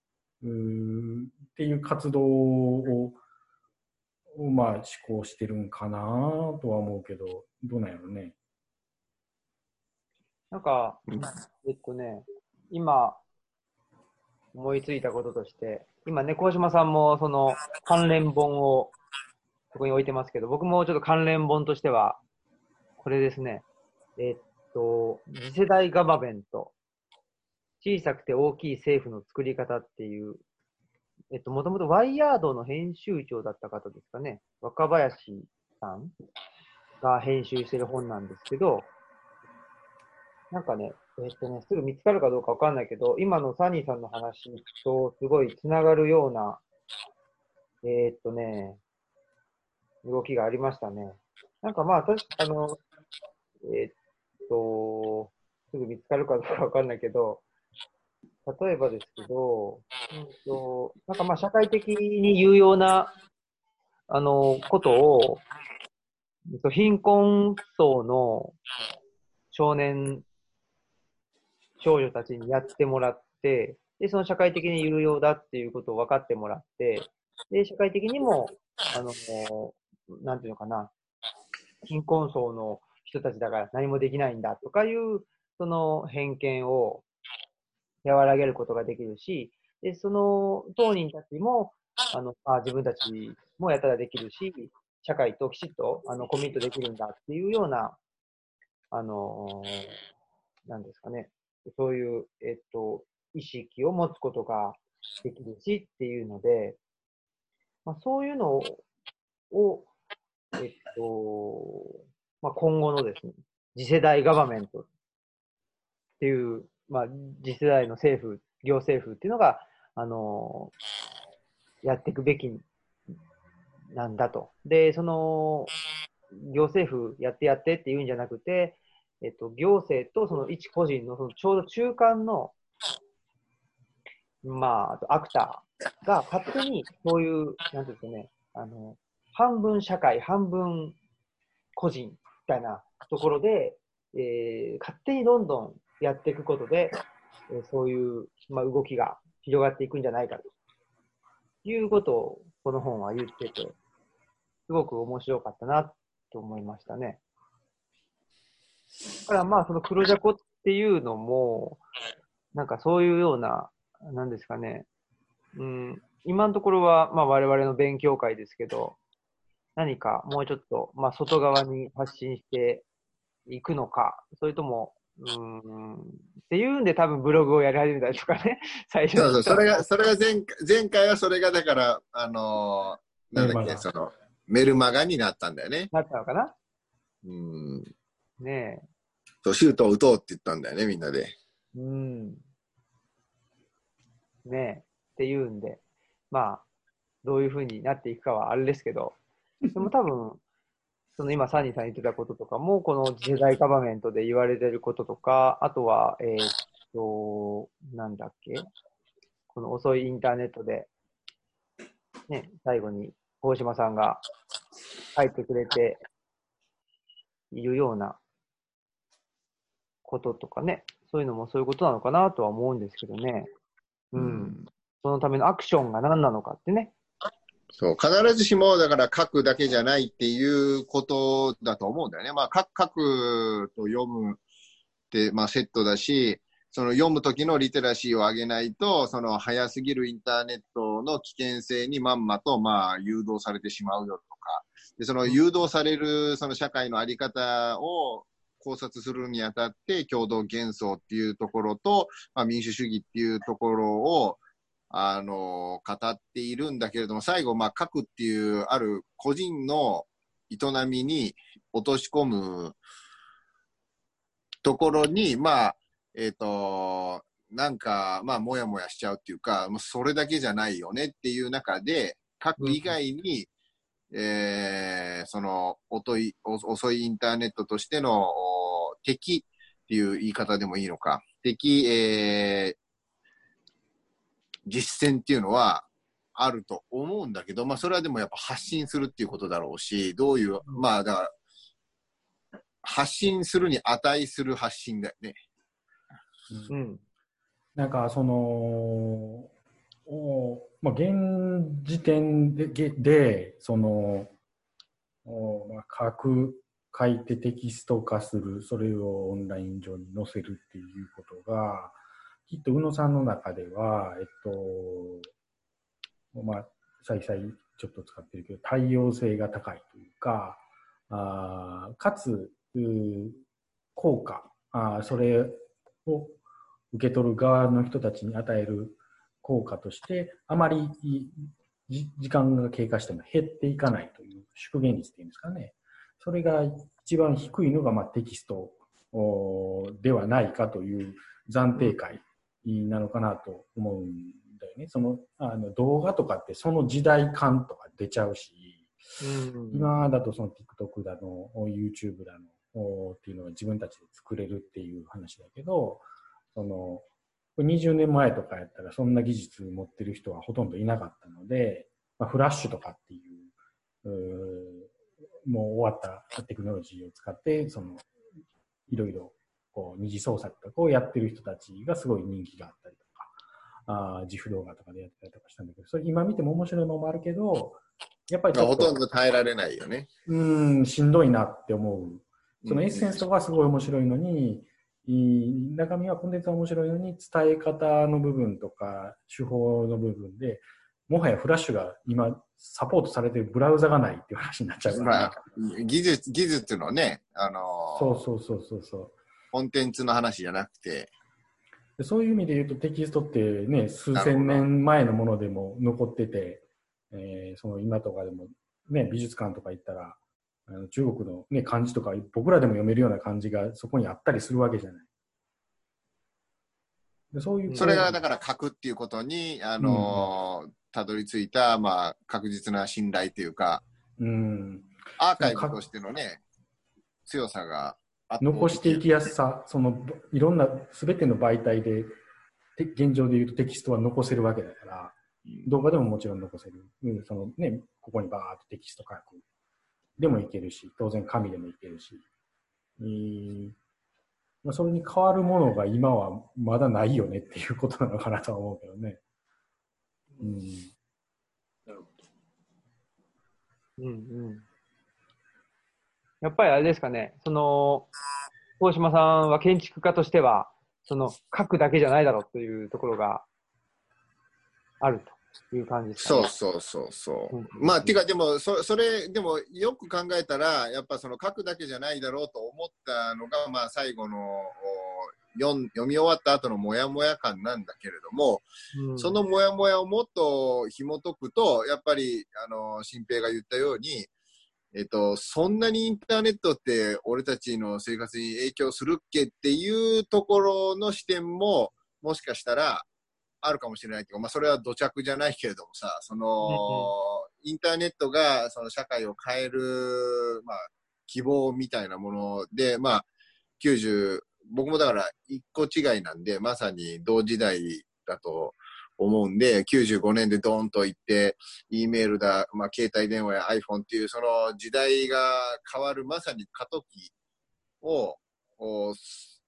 っていう活動を思考してるんかなとは思うけど、どうなんやろうね。 なんか、今思いついたこととして、今ね、鴻島さんもその関連本をそこに置いてますけど、僕もちょっと関連本としては、これですね。次世代ガバメント。小さくて大きい政府の作り方っていう、もともとワイヤードの編集長だった方ですかね。若林さんが編集してる本なんですけど、なんかね、すぐ見つかるかどうかわかんないけど、今のサニーさんの話とすごいつながるような、動きがありましたね。なんかすぐ見つかるかどうかわかんないけど、例えばですけど、なんか社会的に有用な、ことを、貧困層の少年、少女たちにやってもらって、で、その社会的に有用だっていうことを分かってもらって、で、社会的にも、なんていうのかな、貧困層の人たちだから何もできないんだとかいう、その偏見を和らげることができるし、で、その当人たちも、自分たちもやったらできるし、社会ときちっと、コミットできるんだっていうような、なんですかね、そういう、意識を持つことができるしっていうので、そういうのを、今後のですね、次世代ガバメントっていう、次世代の政府、行政府っていうのが、やっていくべきなんだと。で、その、行政府やってっていうんじゃなくて、行政とその一個人のそのちょうど中間の、アクターが勝手にそういう、なんていうんですかね、半分社会、半分個人みたいなところで、勝手にどんどんやっていくことで、そういう、動きが広がっていくんじゃないかということをこの本は言ってて、すごく面白かったなと思いましたね。だからその黒ジャコっていうのも、なんかそういうような、なんですかね、今のところは我々の勉強会ですけど、何かもうちょっと、外側に発信していくのか、それとも、っていうんで多分ブログをやり始めたりとかね、最初そう、それが前回はそれがだから、なんだっけ、その、メルマガになったんだよね。 なったのかな。 ねえ。そう、シュートを打とうって言ったんだよね、みんなで。 ねえ。っていうんで、どういうふうになっていくかはあれですけど、でも多分、その今、サニーさん言ってたこととかも、この次世代ガバメントで言われてることとか、あとは、なんだっけ、この遅いインターネットで、ね、最後に大島さんが書いてくれているような、 こととかね、そういうのもそういうことなのかなとは思うんですけどね。そのためのアクションが何なのかってね。 そう、必ずしも、だから書くだけじゃないっていうことだと思うんだよね。まあ、書くと読むって、まあ、セットだし、その読む時のリテラシーを上げないと、その早すぎるインターネットの危険性にまんまと、まあ、誘導されてしまうよとか、で、その誘導される、その社会のあり方を考察するにあたって、共同幻想っていうところと、まあ、民主主義っていうところを、語っているんだけれども、最後、まあ、書くっていう、ある個人の営みに落とし込むところに、まあ、なんか、まあ、もやもやしちゃうっていうか、もうそれだけじゃないよねっていう中で、書く以外に、その遅いインターネットとしての敵っていう言い方でもいいのか、敵、実践っていうのはあると思うんだけど、まあそれはでもやっぱ発信するっていうことだろうし、どういう、まあだから発信するに値する発信だよね。 なんかそのまあ、現時点でそのまあ、書いてテキスト化する、それをオンライン上に載せるっていうことが、きっと宇野さんの中では、まあ、再々ちょっと使ってるけど、対応性が高いというか、かつ、効果、それを受け取る側の人たちに与える効果として、あまり時間が経過しても減っていかないという縮減率っていうんですかね。それが一番低いのが、まあ、テキストではないかという暫定解なのかなと思うんだよね。その動画とかってその時代感とか出ちゃうし、今だとその TikTok だの YouTube だのっていうのは自分たちで作れるっていう話だけど、その20年前とかやったらそんな技術持ってる人はほとんどいなかったので、まあ、フラッシュとかっていうもう終わったテクノロジーを使ってそのいろいろこう二次創作とかをやってる人たちがすごい人気があったりとか、自負動画とかでやったりとかしたんだけど、それ今見ても面白いのもあるけど、やっぱりちょっとほとんど耐えられないよね。 しんどいなって思う。そのエッセンスとかはすごい面白いのに、中身はコンテンツは面白いのに、伝え方の部分とか手法の部分でもはやフラッシュが今サポートされているブラウザがないっていう話になっちゃうから、まあ、 技術のね、 そうコンテンツの話じゃなくて、 そういう意味で言うとテキストってね、数千年前のものでも残ってて、その今とかでもね、美術館とか行ったら中国の、ね、漢字とか僕らでも読めるような漢字がそこにあったりするわけじゃない。でそういうそれがだから書くっていうことにたどり着いた、まあ、確実な信頼というか、アーカイブとしてのね強さが残していきやすさ、そのいろんな全ての媒体で現状でいうとテキストは残せるわけだから、動画でももちろん残せる、そのね、ここにバーッとテキスト書くでもいけるし、当然紙でもいけるし、まあ、それに変わるものが今はまだないよねっていうことなのかなとは思うけどね。 やっぱりあれですかね、その大島さんは建築家としては、その書くだけじゃないだろうというところがあるという感じですかね。 そう。まあ、てかでもそれ、でもよく考えたら、やっぱその書くだけじゃないだろうと思ったのが、まあ最後の読み終わった後のモヤモヤ感なんだけれども、そのモヤモヤをもっと紐解くと、やっぱり、新平が言ったように、そんなにインターネットって俺たちの生活に影響するっけっていうところの視点ももしかしたらあるかもしれないけど、まあそれは土着じゃないけれどもさ、その、インターネットがその社会を変える、まあ希望みたいなもので、まあ僕もだから一個違いなんで、まさに同時代だと思うんで、95年でドーンと行って、E メールだ、まあ、携帯電話や iPhone っていうその時代が変わるまさに過渡期を、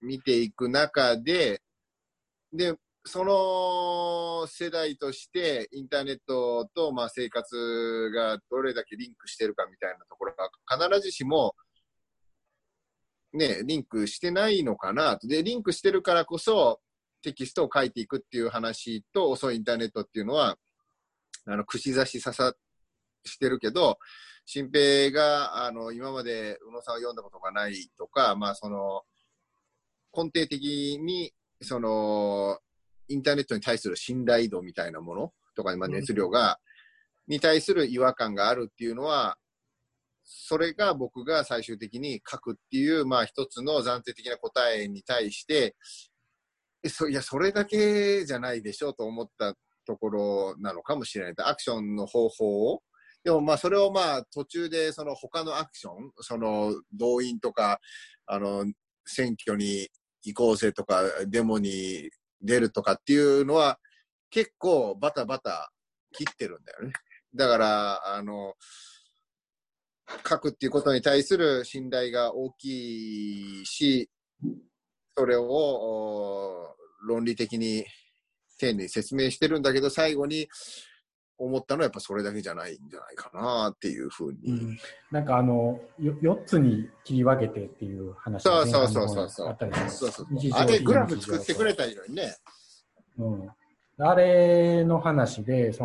見ていく中で、で、その世代としてインターネットとまあ生活がどれだけリンクしてるかみたいなところが必ずしもね、リンクしてないのかなと。で、リンクしてるからこそテキストを書いていくっていう話と遅いインターネットっていうのは、串刺し刺さしてるけど、新平が、今まで宇野さんを読んだことがないとか、まあ、根底的に、インターネットに対する信頼度みたいなものとか、まあ、熱量に対する違和感があるっていうのは、それが僕が最終的に書くっていう、まあ、一つの暫定的な答えに対して、いや、それだけじゃないでしょうと思ったところなのかもしれない。アクションの方法を。でもまあそれをまあ途中でその他のアクション、動員とか、選挙に行こうぜとか、デモに出るとかっていうのは結構バタバタ切ってるんだよね。だから、書くっていうことに対する信頼が大きいし、それを論理的に丁寧に説明してるんだけど、最後に思ったのはやっぱそれだけじゃないんじゃないかなっていうふうに。 なんか4つに切り分けてっていう話がそうあったりします。 あれグラフ作ってくれたらいいのにね。 あれの話で、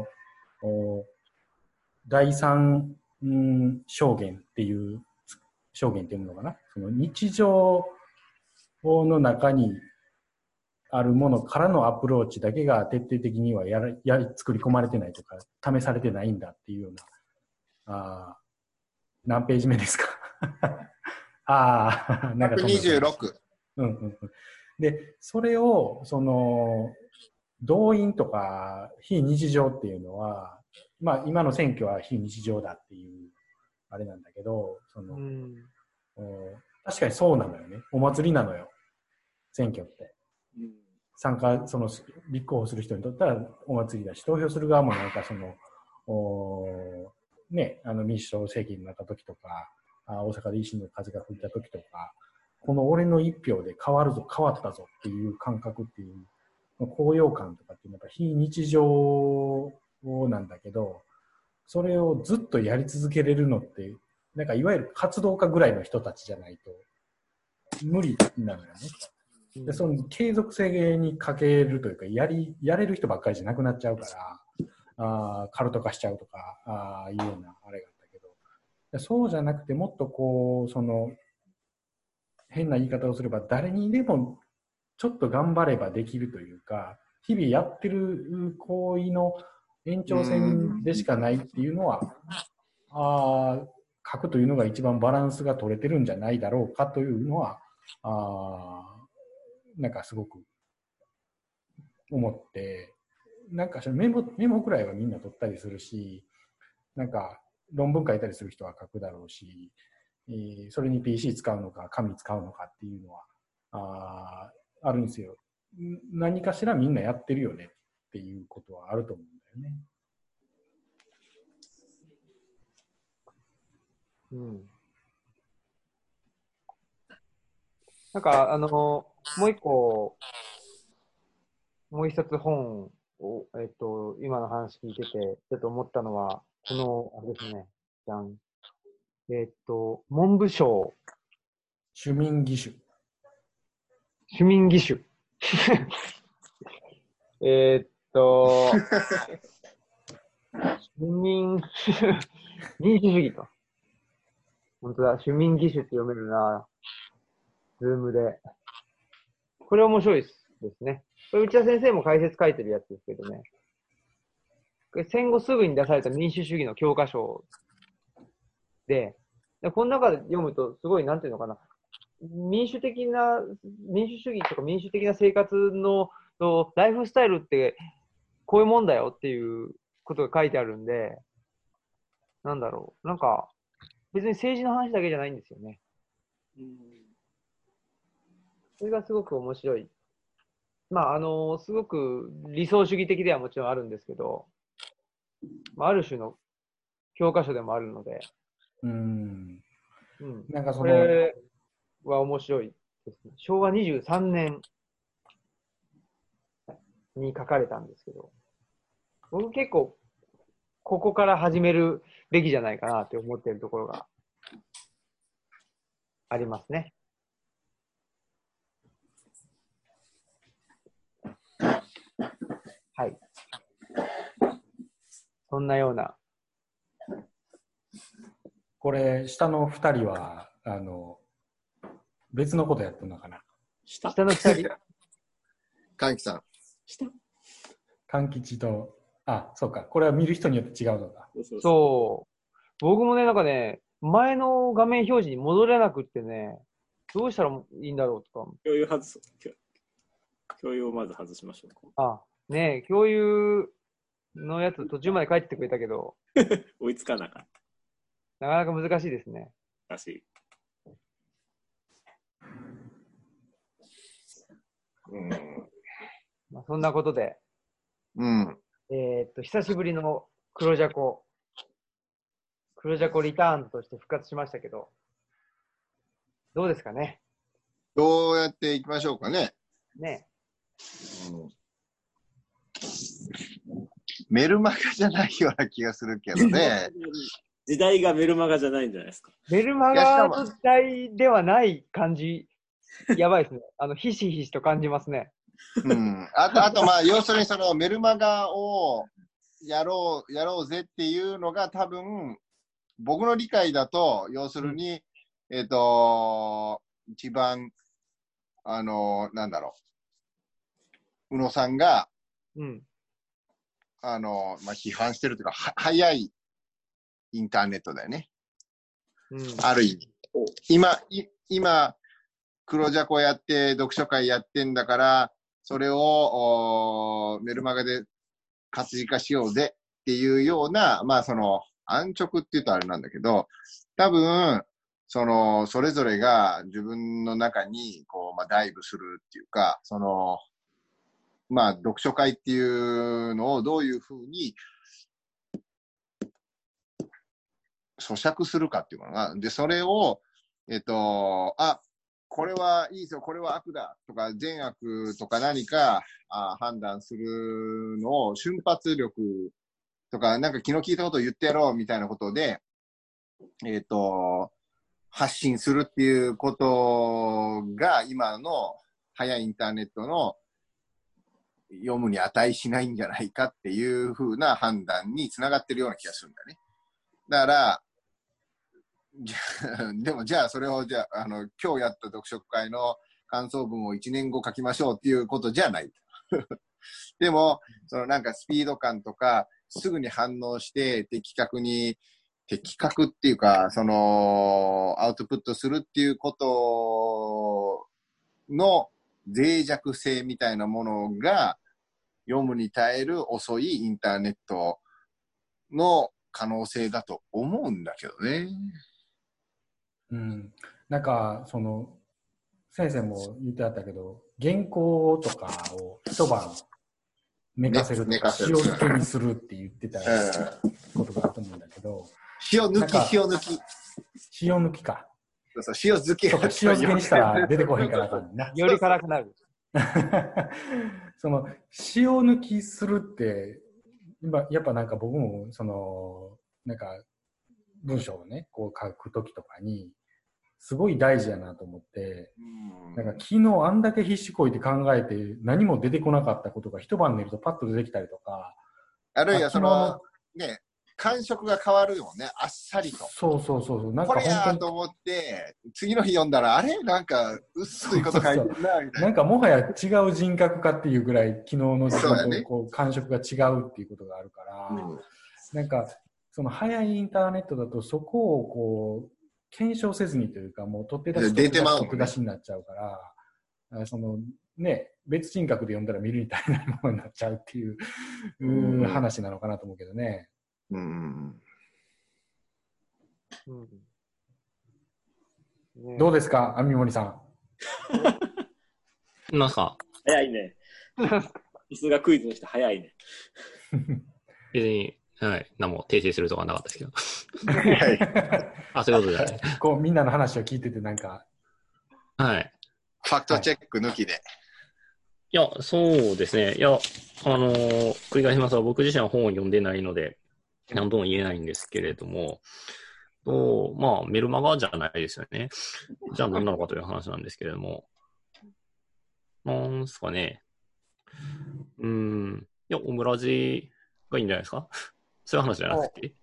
第三証言っていう証言っていうのかな。その日常の中にあるものからのアプローチだけが徹底的には作り込まれてないとか、試されてないんだっていうような、何ページ目ですかなんか126。 で、それを、動員とか非日常っていうのは、まあ今の選挙は非日常だっていう、あれなんだけど、確かにそうなのよね。お祭りなのよ。選挙って。立候補する人にとったらお祭りだし、投票する側もなんか民主党政権になった時とか、大阪で維新の風が吹いた時とか、この俺の一票で変わったぞっていう感覚っていう、高揚感とかっていうのが非日常なんだけど、それをずっとやり続けれるのって、なんかいわゆる活動家ぐらいの人たちじゃないと無理なのよね。でその継続性に欠けるというか、やれる人ばっかりじゃなくなっちゃうから、カルト化しちゃうとか、いうようなあれがあったけど、そうじゃなくて、もっと変な言い方をすれば、誰にでもちょっと頑張ればできるというか、日々やってる行為の延長線でしかないっていうのは、書くというのが一番バランスが取れてるんじゃないだろうかというのは、なんかすごく思って、なんかメモくらいはみんな取ったりするし、なんか論文書いたりする人は書くだろうし、それに PC 使うのか紙使うのかっていうのはあるんですよ。何かしらみんなやってるよねっていうことはあると思うんだよね。 なんか、もう一冊本を、今の話聞いてて、ちょっと思ったのは、あれですね、じゃん。文部省。 主民義手。 主民義手。民主主義と。本当だ、主民義手って読めるな。ズームで。これ面白いですね。これ内田先生も解説書いてるやつですけどね。これ戦後すぐに出された民主主義の教科書で、この中で読むとすごい、なんていうのかな。民主主義とか民主的な生活のライフスタイルってこういうもんだよっていうことが書いてあるんで、なんだろう。なんか、別に政治の話だけじゃないんですよね。それがすごく面白い。まあ、すごく理想主義的ではもちろんあるんですけど、ある種の教科書でもあるので、 なんかこれは面白いでですね、昭和23年に書かれたんですけど、僕結構ここから始めるべきじゃないかなって思っているところがありますね。はい。そんなような。 これ、下の2人は、別のことやってるのかな。 下下の二人。 かんきさん。 下勘吉と、あ、そうか。これは見る人によって違うのか。 そう。僕もね、なんかね、前の画面表示に戻れなくってね、どうしたらいいんだろうとか。 共有外す。共有をまず外しましょうか。 あ、ねえ、共有のやつ途中まで書いててくれたけど、 追いつかなかっなかなか難しいですね。 たらしい。 まあ、そんなことで、久しぶりの黒ジャコリターンとして復活しましたけど、どうですかね。 どうやっていきましょうかね。 ねメルマガじゃないような気がするけどね。 時代がメルマガじゃないんじゃないですか。 メルマガの時代ではない感じ、やばいですね。ひしひしと感じますね。 あとまあ、要するにそのメルマガをやろうぜっていうのが多分、僕の理解だと、要するに、一番、なんだろう、宇野さんが、まあ、批判してるというか、早いインターネットだよね。ある意味。今、黒ジャコやって、読書会やってんだから、それをメルマガで活字化しようぜっていうような、まあその、安直って言うとあれなんだけど、多分、それぞれが自分の中に、まあ、ダイブするっていうか、まあ、読書会っていうのをどういうふうに咀嚼するかっていうのが、で、それを、これはいいですよ、これは悪だとか、善悪とか何か判断するのを瞬発力とか、なんか気の利いたことを言ってやろうみたいなことで、発信するっていうことが今の早いインターネットの読むに値しないんじゃないかっていう風な判断につながってるような気がするんだよね。だから、でもじゃあそれを今日やった読書会の感想文を1年後書きましょうっていうことじゃない。でも、なんかスピード感とか、すぐに反応して的確っていうか、アウトプットするっていうことの脆弱性みたいなものが読むに耐える遅いインターネットの可能性だと思うんだけどね。 なんか、先生も言ってあったけど、原稿とかを一晩寝かせるとか、塩漬けにするって言ってたことがあると思うんだけど、 塩抜き。 塩抜きか。 そう、塩漬け。 そうか、塩漬けにしたら出てこへんからあかんな。 より辛くなる。 塩抜きするって、やっぱなんか僕も、なんか、文章をね、こう書くときとかに、すごい大事やなと思って、なんか昨日あんだけ必死こいて考えて何も出てこなかったことが一晩寝るとパッと出てきたりとか。 あるいはね、感触が変わるよね、あっさりと。 そう。 なんかこれやと思って、次の日読んだら、あれなんか薄いこと書いてるな、みたいな。 なんかもはや違う人格かっていうぐらい昨日の自分とこう感触が違うっていうことがあるから、なんか早いインターネットだとそこをこう、検証せずにというか、もう取って出し取って出しになっちゃうから、ね、別人格で読んだら見るみたいなものになっちゃうっていう話なのかなと思うけどね。どうですか、網森さん。 なんか、 早いね。椅子がクイズにして早いね。 別に、はい、何も訂正するとかなかったですけど。あ、そういうことじゃない。 こう、みんなの話を聞いててなんか。 はい。 ファクトチェック抜きで。 いや、そうですね。いや、繰り返しますが、僕自身は本を読んでないので、何とも言えないんですけれども、まあ、メルマガじゃないですよね。じゃあ何なのかという話なんですけれども、なんすかね。いや、オムラジがいいんじゃないですか。そういう話じゃなくて。い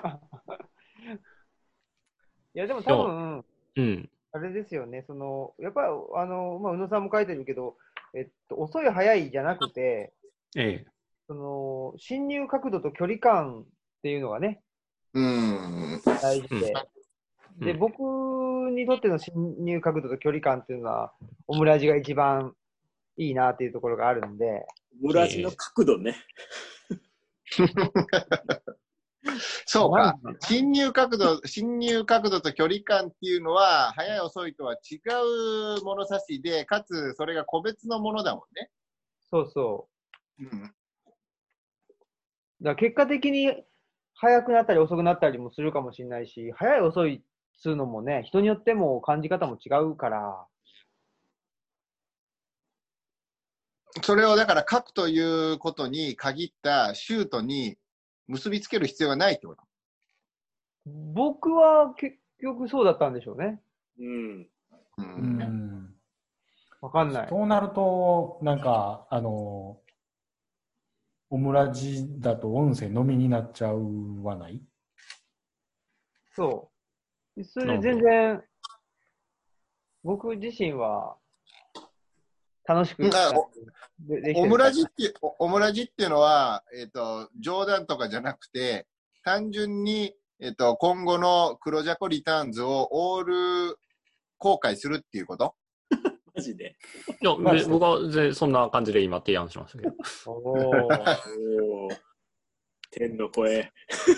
いや、でも多や、 分、 うん。 あれですよね、やっぱり、まあ、宇野さんも書いてるけど、遅い早いじゃなくて、 ええ。 侵入角度と距離感っていうのがね、大事で。で、 うん僕にとっての侵入角度と距離感っていうのは、オムラジが一番いいなっていうところがあるんで。 オムラジの角度ね。 そうか。侵入角度と距離感っていうのは、早い遅いとは違う物差しで、かつそれが個別のものだもんね。 そうそう。 うん。 だから結果的に早くなったり遅くなったりもするかもしれないし、早い遅いっつうのもね、人によっても感じ方も違うから。 それをだから書くということに限ったシュートに結びつける必要がないってこと。 僕は結局そうだったんでしょうね。わかんない。 そうなると、なんか、オムラジだと音声のみになっちゃうはない？ そう。それで全然、僕自身は楽しくオムラジっていうのは、冗談とかじゃなくて、単純に、今後の黒ジャコリターンズをオール公開するっていうこと？ マジで。 いや、僕はそんな感じで今提案しましたけど。 おー。 天の声。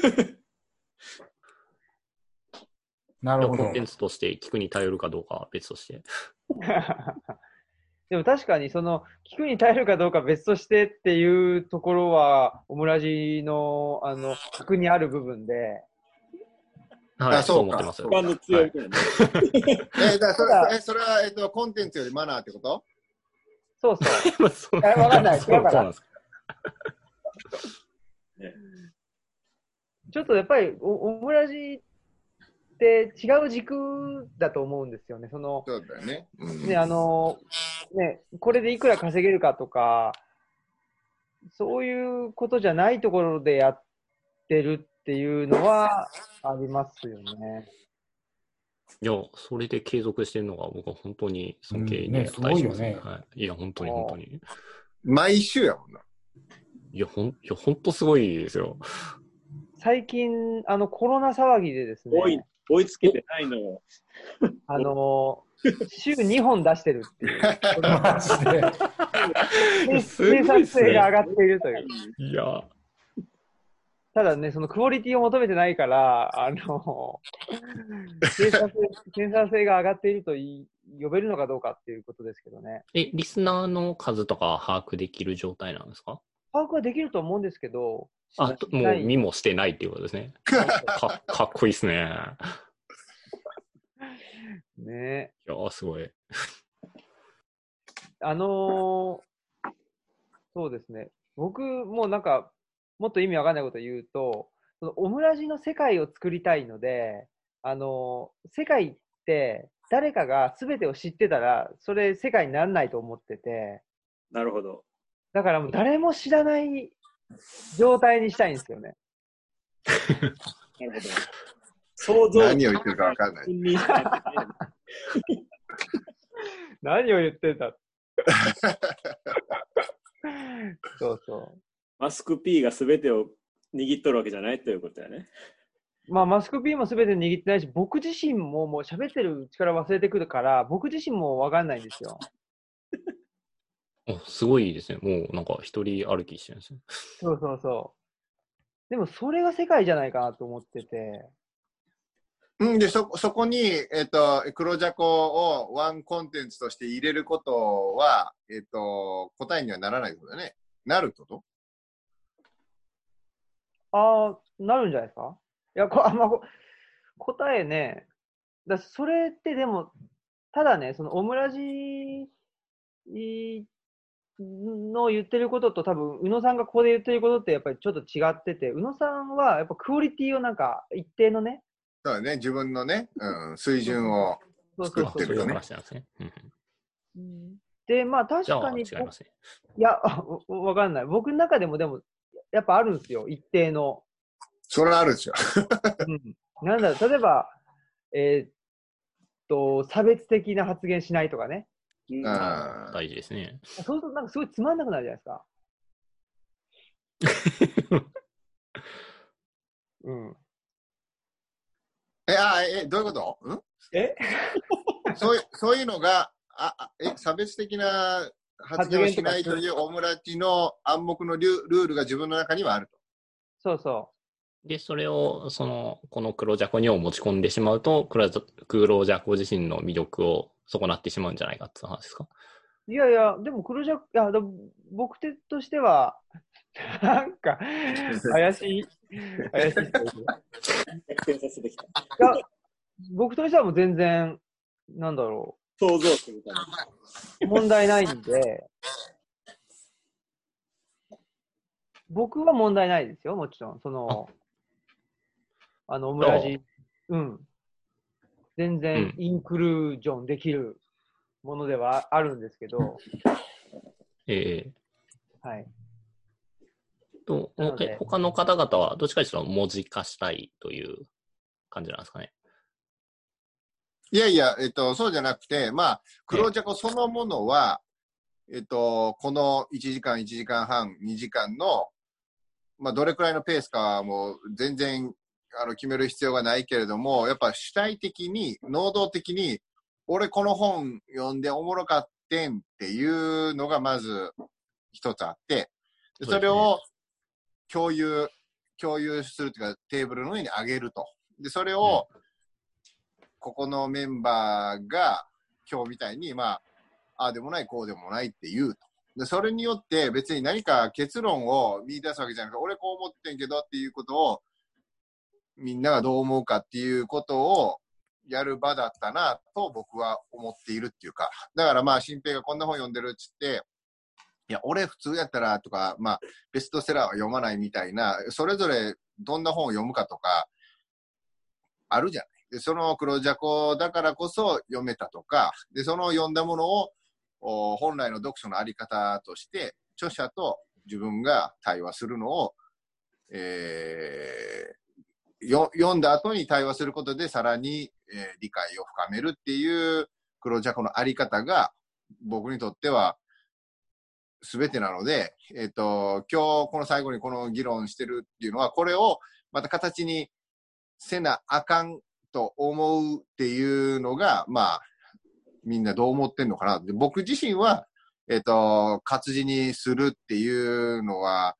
なるほど。 コンテンツとして聞くに頼るかどうかは別として。 でも確かに聞くに耐えるかどうか別としてっていうところは、オムラジの、核にある部分で。 はい、そう思ってます。 一番の強いね。 それは、コンテンツよりマナーってこと？ そうそう。わかんない。違うから。ちょっとやっぱりオムラジって違う軸だと思うんですよね。 そうだよね。 ね、これでいくら稼げるかとか、そういうことじゃないところでやってるっていうのはありますよね。 いや、それで継続してるのが僕は本当に尊敬にすごいよね。 はい。いや、本当に本当に。 毎週やもんな。 いや、本当すごいですよ。 最近、コロナ騒ぎでですね。 追いつけてないのよ。 週2本出してるっていう。 マジで。 生産性が上がっているという。 いや。 ただね、クオリティを求めてないから、生産性が上がっていると呼べるのかどうかっていうことですけどね。 リスナーの数とか把握できる状態なんですか？ 把握はできると思うんですけど、 もう見もしてないっていうことですね。かっこいいですね。 ね。 いや、すごい。 そうですね。僕もなんか、もっと意味わかんないこと言うと、オムラジの世界を作りたいので、世界って誰かが全てを知ってたら、それ世界にならないと思ってて。 なるほど。 だからもう誰も知らない状態にしたいんですよね。 なるほど。想像何を言ってるかわかんない。 何を言ってんだ。そうそう。 マスク P が全てを握っとるわけじゃないということだね。 まあ、マスク P も全て握ってないし、僕自身ももう喋ってる力忘れてくるから、僕自身もわかんないんですよ。 すごいですね。もうなんか一人歩きしてるんですね。 そうそうそう。でもそれが世界じゃないかなと思ってて。 で、そこに、黒ジャコをワンコンテンツとして入れることは、答えにはならないってことだね。なるってこと？ なるんじゃないですか？いや、答えね。それってでも、 ただね、そのオムラジの言ってることと多分、宇野さんがここで言ってることってやっぱりちょっと違ってて、宇野さんはやっぱクオリティをなんか一定のね、 そうだね、自分のね、水準を作ってるよね。 話なんですね。 で、まあじゃあ確かに、 違いますね。 いや、わかんない。僕の中でもでも、やっぱあるんですよ、一定の。 それはあるんですよ。 なんだろう、例えば、差別的な発言しないとかね。 大事ですね。 そうするとなんかすごいつまんなくなるじゃないですか。うん。 どういうこと？そういうのが、差別的な発言をしないというオムラジの暗黙のルールが自分の中にはあると。 そうそう。 で、それを、この黒ジャコにを持ち込んでしまうと、黒ジャコ自身の魅力を損なってしまうんじゃないかって話ですか？ いやいや、でも黒ジャコ、僕としては、なんか、怪しい。僕としてはもう全然、なんだろう。想像するために。問題ないんで、僕は問題ないですよ、もちろん。オムラジ、全然インクルージョンできるものではあるんですけど、はい。 他の方々はどっちかというと文字化したいという感じなんですかね。 いやいや、そうじゃなくて、まあ、黒ジャコそのものは、この1時間、1時間半、2時間の、まあ、どれくらいのペースかはもう全然決める必要がないけれども、やっぱ主体的に、能動的に、俺この本読んでおもろかってんっていうのがまず一つあって、それを共有するというか、テーブルの上に上げると。で、それを、ここのメンバーが今日みたいに、まあ、ああでもない、こうでもないって言うと。で、それによって別に何か結論を見出すわけじゃなくて、俺こう思ってんけどっていうことを、みんながどう思うかっていうことをやる場だったなと僕は思っているっていうか。だからまあ、新平がこんな本読んでるっつって、いや、俺普通やったらとか、まあ、ベストセラーは読まないみたいな、それぞれどんな本を読むかとか、あるじゃない。で、その黒ジャコだからこそ読めたとか、で、その読んだものを本来の読書のあり方として、著者と自分が対話するのを、読んだ後に対話することでさらに、理解を深めるっていう黒ジャコのあり方が僕にとっては全てなので、今日この最後にこの議論してるっていうのは、これをまた形にせなあかんと思うっていうのが、まあ、みんなどう思ってんのかな。で、僕自身は、活字にするっていうのは、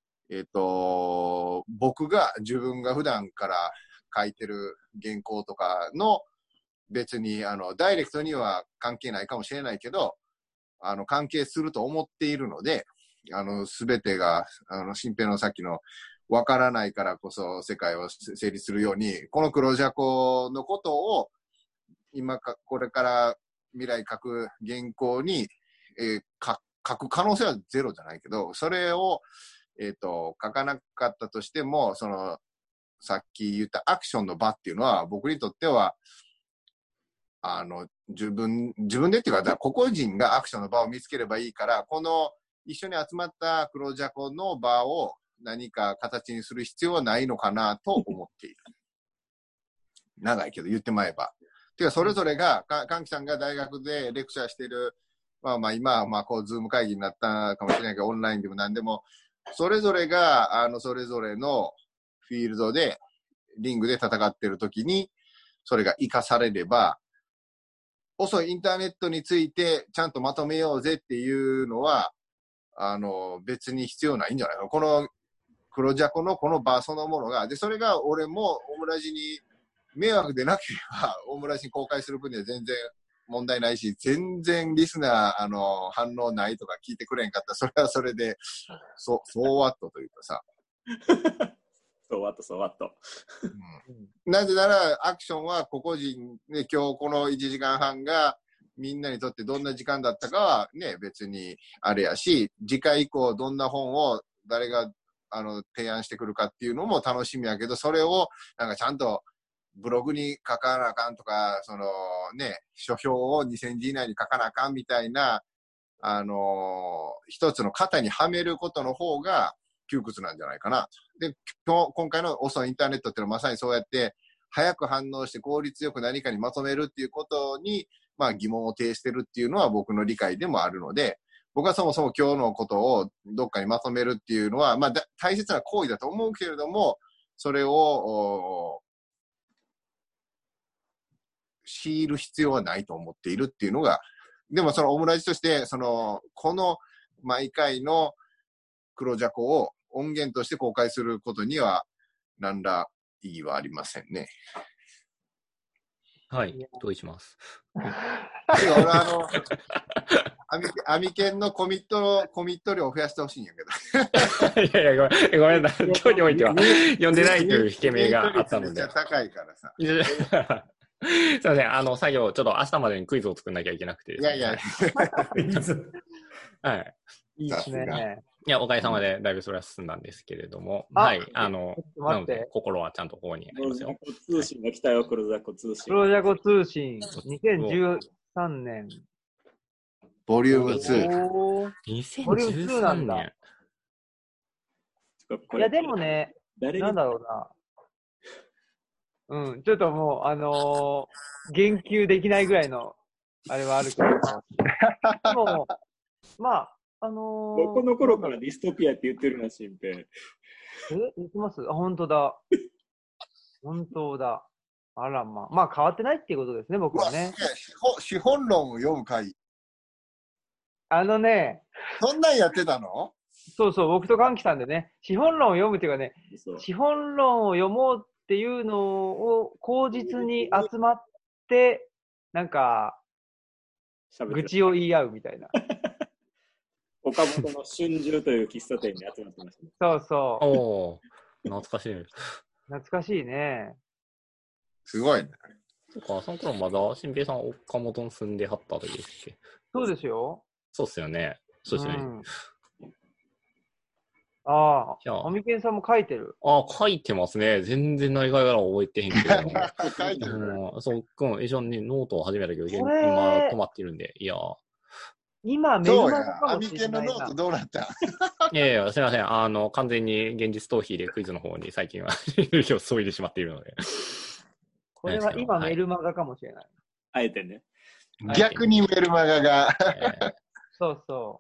僕が自分が普段から書いてる原稿とかの別に、ダイレクトには関係ないかもしれないけど、関係すると思っているので、すべてが、新平のさっきの、わからないからこそ世界を成立するように、この黒ジャコのことを、これから未来書く原稿に、書く可能性はゼロじゃないけど、それを、書かなかったとしても、さっき言ったアクションの場っていうのは、僕にとっては、自分でっていうか、個々人がアクションの場を見つければいいから、この一緒に集まった黒ジャコの場を何か形にする必要はないのかなと思っている。長いけど言ってまえば。てか、それぞれが、かんきさんが大学でレクチャーしている、まあ今はまあこう、ズーム会議になったかもしれないけど、オンラインでも何でも、それぞれが、それぞれのフィールドで、リングで戦っているときに、それが活かされれば、遅いインターネットについてちゃんとまとめようぜっていうのは、別に必要ないんじゃないか。この黒ジャコのこの場そのものが、で、それが俺もオムラジに迷惑でなければ、オムラジに公開する分には全然問題ないし、全然リスナー、反応ないとか聞いてくれんかったら、それはそれで、そうワットというかさ。 そうわっと。 なぜなら、アクションは個々人で、今日この1時間半が、 みんなにとってどんな時間だったかはね、別にあれやし、次回以降どんな本を誰が提案してくるかっていうのも楽しみやけど、それをなんかちゃんとブログに書かなあかんとか、そのね、書評を2000字以内に書かなあかんみたいな、一つの型にはめることの方が窮屈なんじゃないかな。で、今回の遅いインターネットっていうのはまさにそうやって、早く反応して効率よく何かにまとめるっていうことに、まあ疑問を呈してるっていうのは僕の理解でもあるので、僕はそもそも今日のことをどっかにまとめるっていうのは、まあ大切な行為だと思うけれども、それを強いる必要はないと思っているっていうのが、でもそのオムライスとして、この毎回の黒ジャコを音源として公開することには何ら意義はありませんね。 はい、同意します。 俺アミケンのコミット量を増やしてほしいんやけど。 いやいや、ごめんなさい。今日においては読んでないという引け目があったので。 めっちゃ高いからさ。 すいません、作業、ちょっと明日までにクイズを作んなきゃいけなくてですね。 いやいや。 はい。 いいですね。 いや、おかげさまでだいぶそれは進んだんですけれども、 はい。 なので、心はちゃんとここにありますよ。 通信が来たよ、黒ジャコ通信。 黒ジャコ通信、2013年。 ボリューム2。 2013年。 いや、でもね、なんだろうな。ちょっともう、言及できないぐらいの、あれはあるけど。でも、まあ、 どこの頃からディストピアって言ってるな、新平。 言ってます？あ、本当だ。本当だ。あらまあ。まあ変わってないっていうことですね、僕はね。 資本論を読む会。 そんなんやってたの？ そうそう、僕と歓喜さんでね、資本論を読むっていうかね、資本論を読もうっていうのを口実に集まって、なんか、愚痴を言い合うみたいな。 岡本の春秋という喫茶店に集まってましたね。 そうそう。 お懐かしいね。 懐かしいね。 すごいね。 そうか、その頃まだ新平さん岡本に住んではった時ですっけ？ そうですよ。 そうっすよね。そうですね。 ああ、アミケンさんも書いてる。 ああ、書いてますね。全然何回から覚えてへんけど。 書いてる。 そう、一緒にノートを始めたけど、今止まってるんで、いや。 今、メルマガかもしれないな。 アミケンのノートどうなった？ いやいや、すみません。完全に現実逃避でクイズの方に最近は注いでしまっているので。 これは今、メルマガかもしれない。 あえてね。 逆にメルマガが。 そうそう。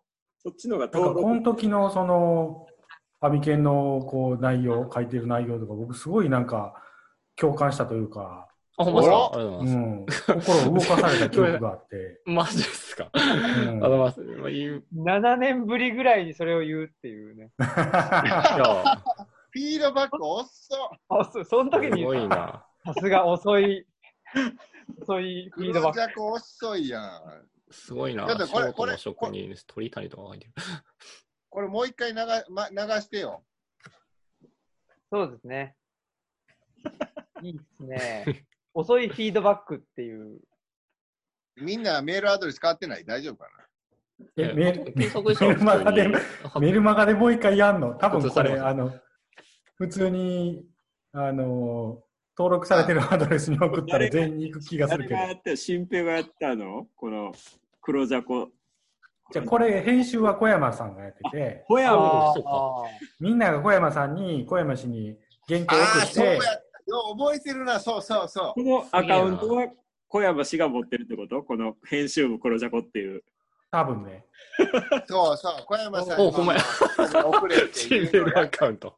そっちのが登録。この時のアミケンのこう内容、書いてる内容とか、僕すごいなんか共感したというか。 あ、ほんまですか？ありがとうございます。 心を動かされた記憶があって。 マジですか？ありがとうございます。 7年ぶりぐらいにそれを言うっていうね。 フィードバック遅っ。 その時に。 すごいな。 さすが遅いフィードバック。 黒ジャコ遅いやん。 すごいな。 だってこれの職人です。鳥谷とか書いてる。 これもう一回流してよ。 そうですね。いいですね。遅いフィードバックっていう。 みんなメールアドレス変わってない？大丈夫かな？ メルマガでもう一回やんの？多分これ、普通に、登録されてるアドレスに送ったら全員に行く気がするけど。 新平がやったの？この黒ジャコ。 じゃあこれ編集は小山さんがやってて、 小山みんなが小山氏に原稿を送って、 覚えてるな、そうそうそう。 このアカウントは小山氏が持ってるってこと？この編集部黒ジャコっていう。 多分ね。 そうそう、小山さんにほんまや。 送れっていうアカウント。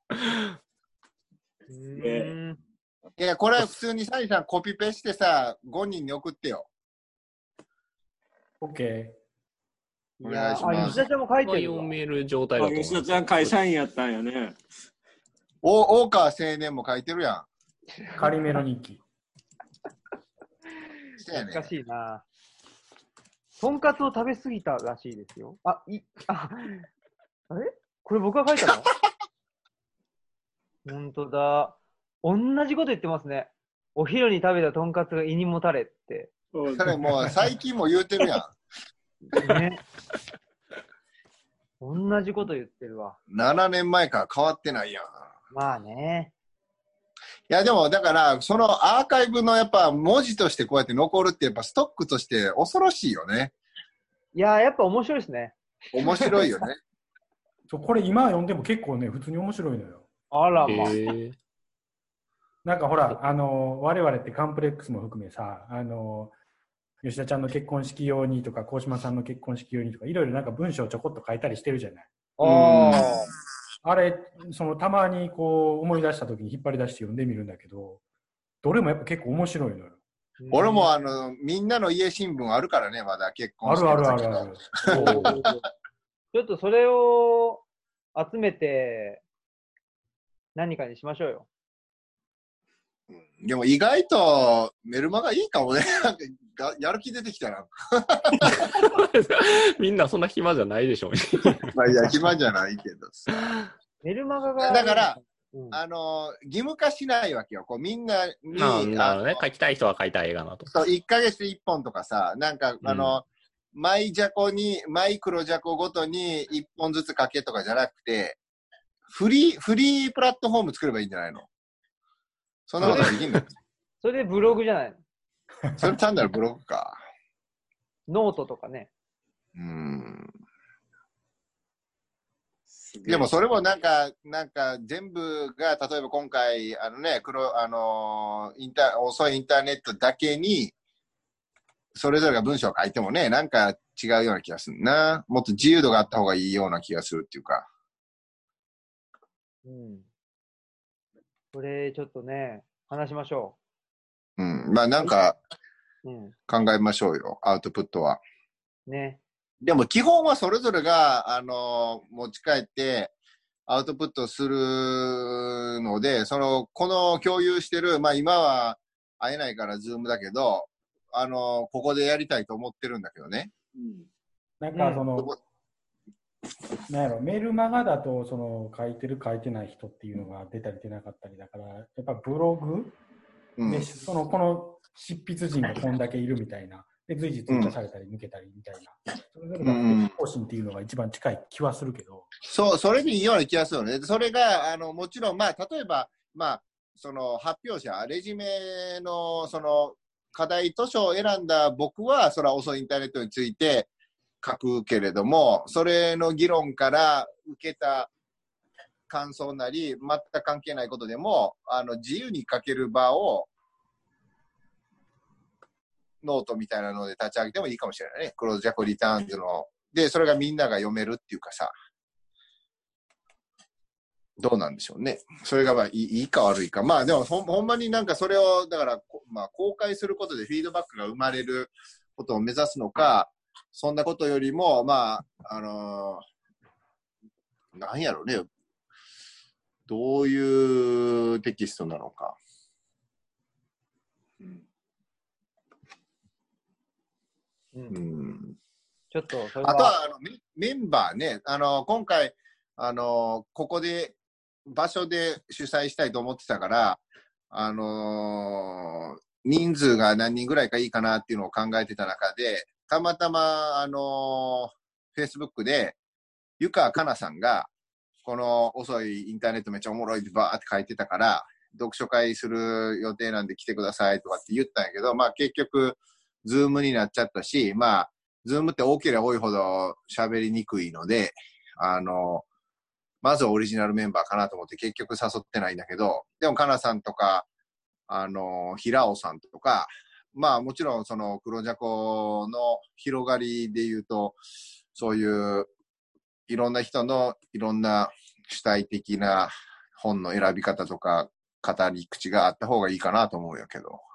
いや、これは普通にサニーさんコピペしてさ、5人に送ってよ。 OK。 お願いします。 吉田ちゃんも書いてる。 読める状態だと思う。 吉田ちゃん会社員やったんやね。 大川青年も書いてるやん。 カリメロ日記。 懐かしいな。とんかつを食べ過ぎたらしいですよ。あれこれ僕が書いたの？本当だ。同じこと言ってますね。お昼に食べたとんかつが胃にもたれって。 それもう最近も言うてるやん。 ね。同じこと言ってるわ。 7年前から変わってないやん。 まあね。 いやでもだからそのアーカイブのやっぱ文字としてこうやって残るってやっぱストックとして恐ろしいよね。 いや、やっぱ面白いですね。 面白いよね。 そうこれ今読んでも結構ね、普通に面白いのよ。 あらまあ。 なんかほら、我々ってカンプレックスも含めさ、吉田ちゃんの結婚式用にとか、鴻島さんの結婚式用にとか、いろいろなんか文章をちょこっと書いたりしてるじゃない。あれ、たまにこう思い出した時に引っ張り出して読んでみるんだけど、どれもやっぱ結構面白いのよ。 俺もみんなの家新聞あるからね、まだ結婚式の時の。 ある。 ちょっとそれを集めて何かにしましょうよ。 でも意外とメルマガいいかもね。やる気出てきたな。 みんなそんな暇じゃないでしょ。 まあいや、暇じゃないけどさ。 メルマガが。 だから、義務化しないわけよ。こうみんなに。 書きたい人は書いたい映画なと。 そう、1ヶ月で1本とかさ、なんか、マイ黒ジャコごとに1本ずつ書けとかじゃなくて、フリープラットフォーム作ればいいんじゃないの？そんなことできんの？ それでブログじゃないの？ それ単なるブログか。 ノートとかね。 でもそれもなんか全部が、例えば今回、遅いインターネットだけに、それぞれが文章を書いてもね、なんか違うような気がするな。もっと自由度があった方がいいような気がするっていうか。 これちょっとね、話しましょう。まあなんか、考えましょうよ、アウトプットは。 ね。 でも基本はそれぞれが、持ち帰ってアウトプットするので、この共有してる、まあ今は会えないからズームだけど、ここでやりたいと思ってるんだけどね。 なんかなんやろ、メールマガだと書いてる書いてない人っていうのが出たり出なかったりだから、やっぱブログで、この執筆陣がこんだけいるみたいな。で、随時追加されたり抜けたりみたいな。それぞれが方針っていうのが一番近い気はするけど。 そう、それでいいような気がするのね。それが、もちろん、まあ、例えば、まあ、発表者、レジュメの、課題図書を選んだ僕は、それは遅いインターネットについて書くけれども、それの議論から受けた感想なり、全く関係ないことでも、自由に書ける場を、ノートみたいなので立ち上げてもいいかもしれないね。クローズジャコリターンズの。で、それがみんなが読めるっていうかさ。どうなんでしょうね。それがまあいいか悪いか。まあでもほんまになんかそれを、だからまあ公開することでフィードバックが生まれることを目指すのか、そんなことよりも、まあ、なんやろうね。どういうテキストなのか。 ちょっとそれあとはメンバーね、今回ここで場所で主催したいと思ってたから、人数が何人ぐらいかいいかなっていうのを考えてた中で、たまたまFacebook で湯川かなさんがこの遅いインターネットめっちゃおもろいってバーって書いてたから、読書会する予定なんで来てくださいとかって言ったんやけど、まあ結局ズームになっちゃったし、まあズームって多ければ多いほど喋りにくいので、まずはオリジナルメンバーかなと思って結局誘ってないんだけど、でもかなさんとか、平尾さんとか、まあもちろん黒ジャコの広がりで言うと、そういういろんな人のいろんな主体的な本の選び方とか語り口があった方がいいかなと思うんやけど。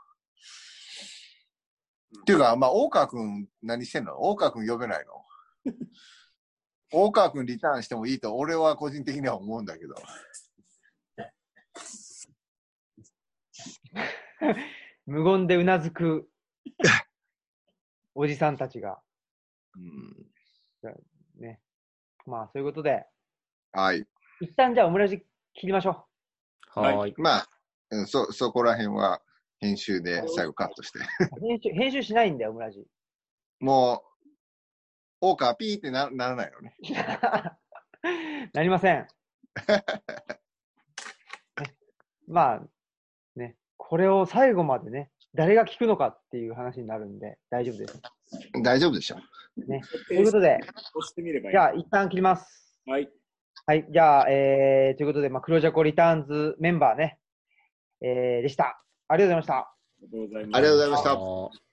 っていうか、まあ、大川くん何してんの？大川くん呼べないの？大川くんリターンしてもいいと俺は個人的には思うんだけど。 無言でうなずくおじさんたちが。ね。まあ、そういうことで。 はい。 一旦じゃあオムラジ切りましょう。はい。 まあ、そこら辺は編集で最後カットして。 編集しないんだよ、村地。 もう、オーカーピーってならないのね。 なりません。まあ、ね、これを最後までね、誰が聞くのかっていう話になるんで、大丈夫です。 大丈夫でしょ。 ね、ということで、 押してみればいい。 じゃあ、一旦切ります。 はい。 はい、じゃあ、ということで、クロージャコリターンズメンバーね、でした。ありがとうございました。 ありがとうございます。 ありがとうございました。 あー